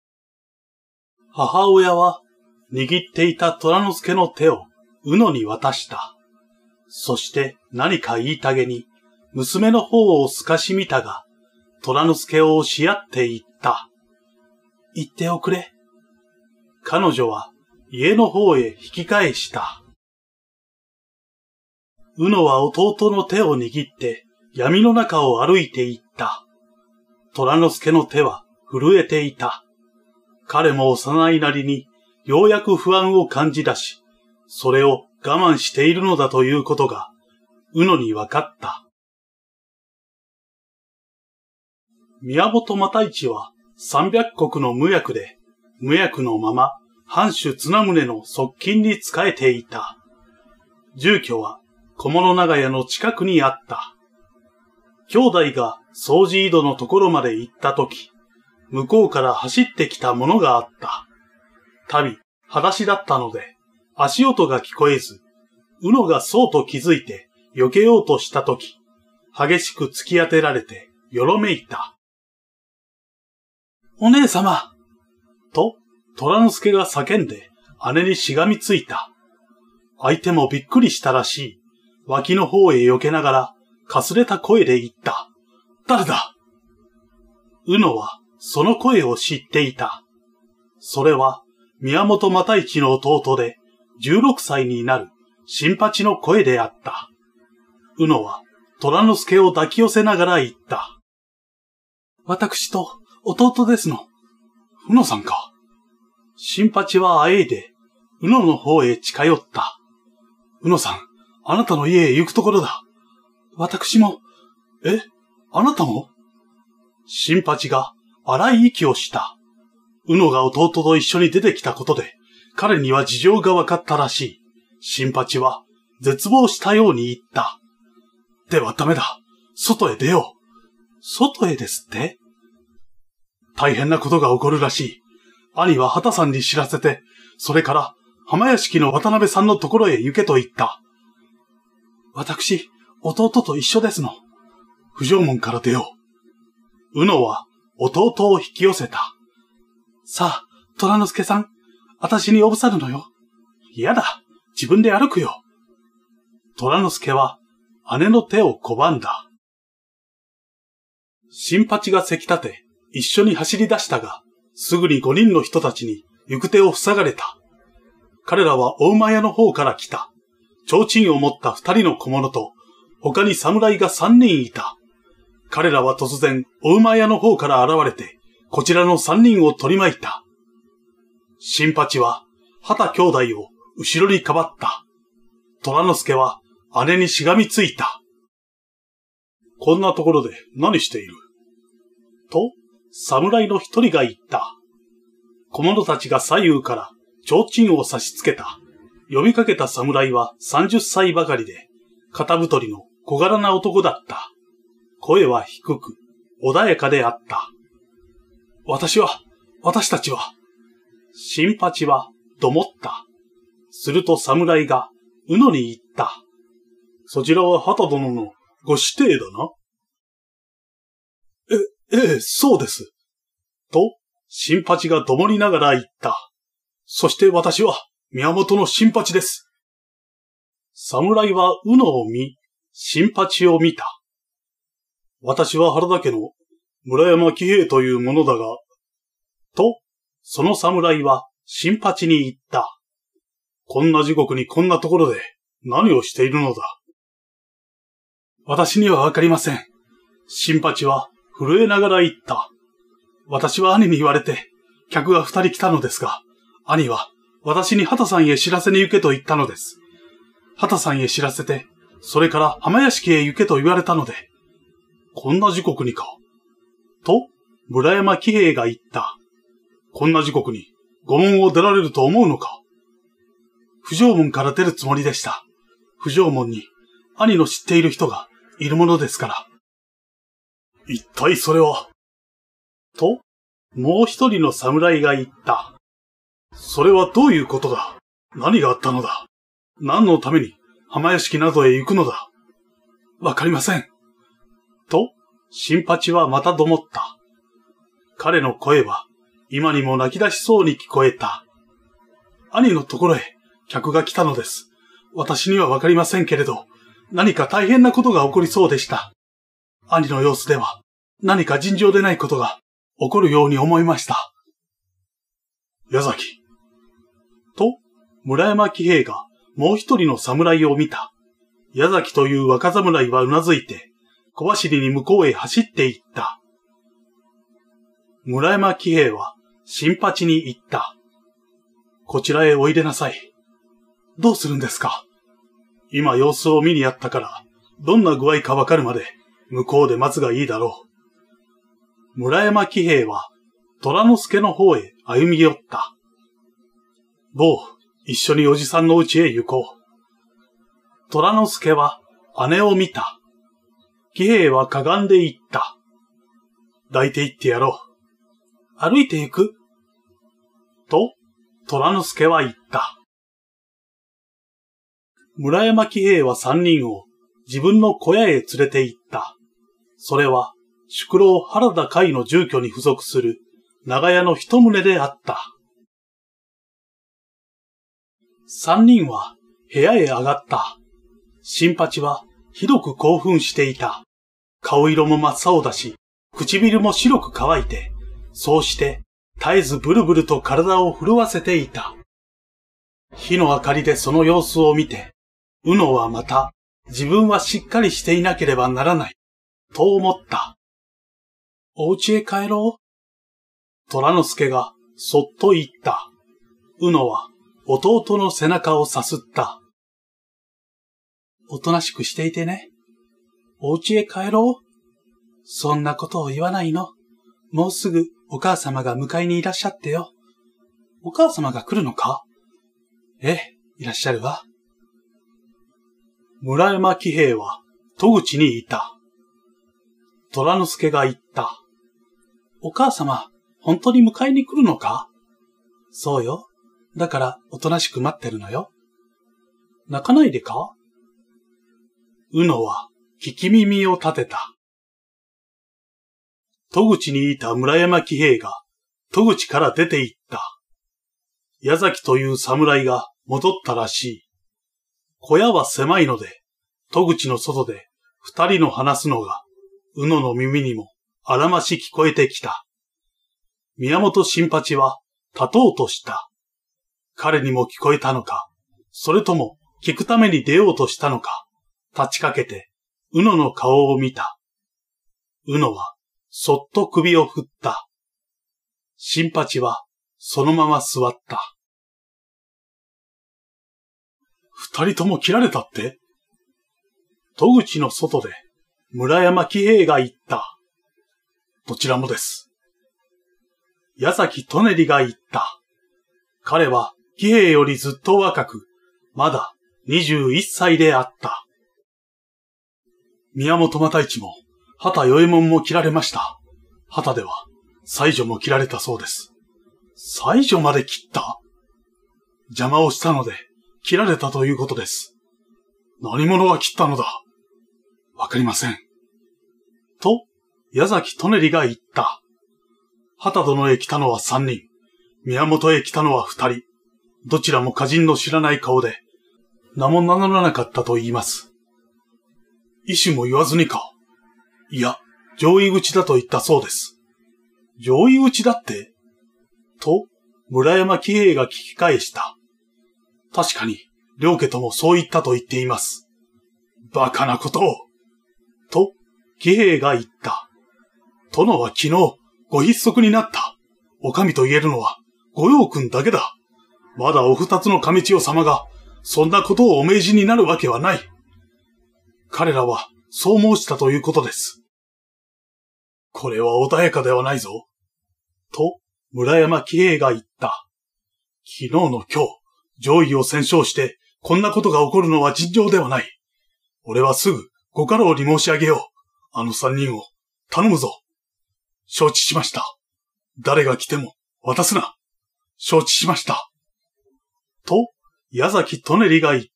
母親は、握っていた虎之助の手を、うのに渡した。そして何か言いたげに、娘の方を透かし見たが、虎之助を押し合って言った。 言っておくれ。 彼女は家の方へ引き返した。うのは弟の手を握って闇の中を歩いて行った。虎之助の手は震えていた。彼も幼いなりにようやく不安を感じ出し、それを我慢しているのだということが、うのに分かった。宮本又一は300石の無役で、無役のまま藩主綱宗の側近に仕えていた。住居は小物長屋の近くにあった。兄弟が掃除井戸のところまで行ったとき、向こうから走ってきたものがあった。旅、裸足だったので、足音が聞こえず、うのがそうと気づいて避けようとしたとき、激しく突き当てられてよろめいた。 お姉様と、虎之助が叫んで姉にしがみついた。相手もびっくりしたらしい。脇の方へ避けながら、かすれた声で言った。誰だ？うのはその声を知っていた。それは宮本又一の弟で16歳になる新八の声であった。うのは虎之助を抱き寄せながら言った。 私と弟ですの。 うのさんか。新八はあえいで、うのの方へ近寄った。うのさん、あなたの家へ行くところだ。 私も。 あなたも？新八が荒い息をした。うのが弟と一緒に出てきたことで、彼には事情が分かったらしい。新八は絶望したように言った。ではダメだ。外へ出よう。 外へですって？ 大変なことが起こるらしい。兄は畑さんに知らせて、それから浜屋敷の渡辺さんのところへ行けと言った。 私、弟と一緒ですの。 不浄門から出よう。うのは弟を引き寄せた。 さあ、虎之助さん、私におぶさるのよ。 嫌だ。自分で歩くよ。虎之助は姉の手を拒んだ。新八がせき立て、一緒に走り出したが、 すぐに5人の人たちに行く手を塞がれた。彼らはお馬屋の方から来た。提灯を持った2人の小者と、他に侍が3人いた。彼らは突然、お馬屋の方から現れて、こちらの3人を取り巻いた。新八は、畑兄弟を後ろにかばった。虎之助は姉にしがみついた。こんなところで何している？と、侍の一人が言った。小者たちが左右から提灯を差し付けた。呼びかけた侍は30歳ばかりで、肩太りの小柄な男だった。声は低く、穏やかであった。私たちは、新八はどもった。すると侍が、うのに言った。そちらは畑殿のご子弟だな。ええ、そうです。と、新八がどもりながら言った。そして私は、宮本の新八です。侍はうのを見、新八を見た。私は原田家の村山喜兵衛というものだが、と、その侍は新八に言った。こんな時刻にこんなところで何をしているのだ。私にはわかりません。新八は震えながら言った。私は兄に言われて客が2人来たのですが、兄は私に畑さんへ知らせに行けと言ったのです。畑さんへ知らせて、それから浜屋敷へ行けと言われたので、こんな時刻にか。と、村山喜兵衛が言った。こんな時刻に御門を出られると思うのか。不浄門から出るつもりでした。不浄門に兄の知っている人がいるものですから。一体それは。と、もう一人の侍が言った。それはどういうことだ。何があったのだ。何のために浜屋敷などへ行くのだ。わかりません。と、新八はまたどもった。彼の声は今にも泣き出しそうに聞こえた。兄のところへ客が来たのです。私にはわかりませんけれど、何か大変なことが起こりそうでした。兄の様子では何か尋常でないことが起こるように思いました。矢崎。と、村山喜兵衛がもう一人の侍を見た。矢崎という若侍はうなずいて、小走りに向こうへ走って行った。村山喜兵衛は新八に言った。こちらへおいでなさい。どうするんですか？今様子を見にやったから、どんな具合かわかるまで向こうで待つがいいだろう。村山喜兵衛は虎之助の方へ歩み寄った。坊、一緒におじさんの家へ行こう。虎之助は姉を見た。喜兵衛はかがんで言った。抱いて行ってやろう。歩いて行く？と、虎之助は言った。村山喜兵衛は3人を自分の小屋へ連れて行った。それは、宿老原田海の住居に付属する長屋の一棟であった。3人は部屋へ上がった。新八はひどく興奮していた。顔色も真っ青だし、唇も白く乾いて、そうして絶えずブルブルと体を震わせていた。火の明かりでその様子を見て、うのはまた自分はしっかりしていなければならない、と思った。お家へ帰ろう。虎之助がそっと言った。うのは弟の背中をさすった。おとなしくしていてね。お家へ帰ろう。そんなことを言わないの。もうすぐお母様が迎えにいらっしゃってよ。お母様が来るのか？ええ、いらっしゃるわ。村山喜兵衛は戸口にいた。虎之助が言った。お母様、本当に迎えに来るのか？そうよ。だからおとなしく待ってるのよ。泣かないでか？うのは聞き耳を立てた。戸口にいた村山喜兵衛が戸口から出て行った。矢崎という侍が戻ったらしい。小屋は狭いので、戸口の外で二人の話すのが、うのの耳にもあらまし聞こえてきた。 宮本新八は立とうとした。彼にも聞こえたのか、それとも聞くために出ようとしたのか、立ちかけて、うのの顔を見た。うのは、そっと首を振った。新八は、そのまま座った。二人とも切られたって？戸口の外で、村山喜兵衛が言った。どちらもです。矢崎舎人が言った。彼は喜兵衛よりずっと若く、まだ21歳であった。宮本又一も、畑与右衛門も切られました。畑では、妻女も切られたそうです。妻女まで切った？邪魔をしたので、切られたということです。何者が切ったのだ？わかりません。と、矢崎舎人が言った。畑殿へ来たのは3人。宮本へ来たのは2人。どちらも家人の知らない顔で、名も名乗らなかったと言います。意思も言わずにか？いや、上位口だと言ったそうです。上位口だって？と、村山喜兵衛が聞き返した。確かに、両家ともそう言ったと言っています。バカなことを。と、喜兵衛が言った。殿は昨日、ご筆足になった。お上と言えるのは、御用君だけだ。まだお二つの亀千代様が、そんなことをお命じになるわけはない。彼らは、そう申したということです。これは穏やかではないぞ。と、村山喜兵衛が言った。昨日の今日、上位を戦勝して、こんなことが起こるのは尋常ではない。俺はすぐ、ご家老に申し上げよう。あの3人を、頼むぞ。承知しました。誰が来ても、渡すな。承知しました。と、矢崎舎人が言った。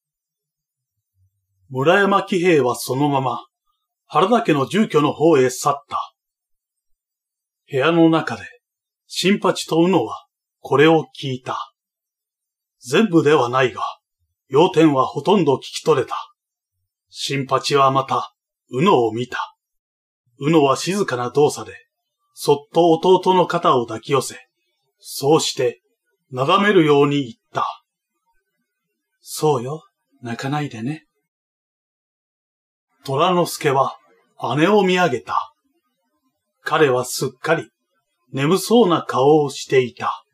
村山喜兵衛はそのまま、原田家の住居の方へ去った。部屋の中で、新八とうのは、これを聞いた。全部ではないが、要点はほとんど聞き取れた。新八はまた、うのを見た。うのは静かな動作で、そっと弟の肩を抱き寄せ、そうして、なだめるように言った。そうよ、泣かないでね。虎之助は姉を見上げた。彼はすっかり眠そうな顔をしていた。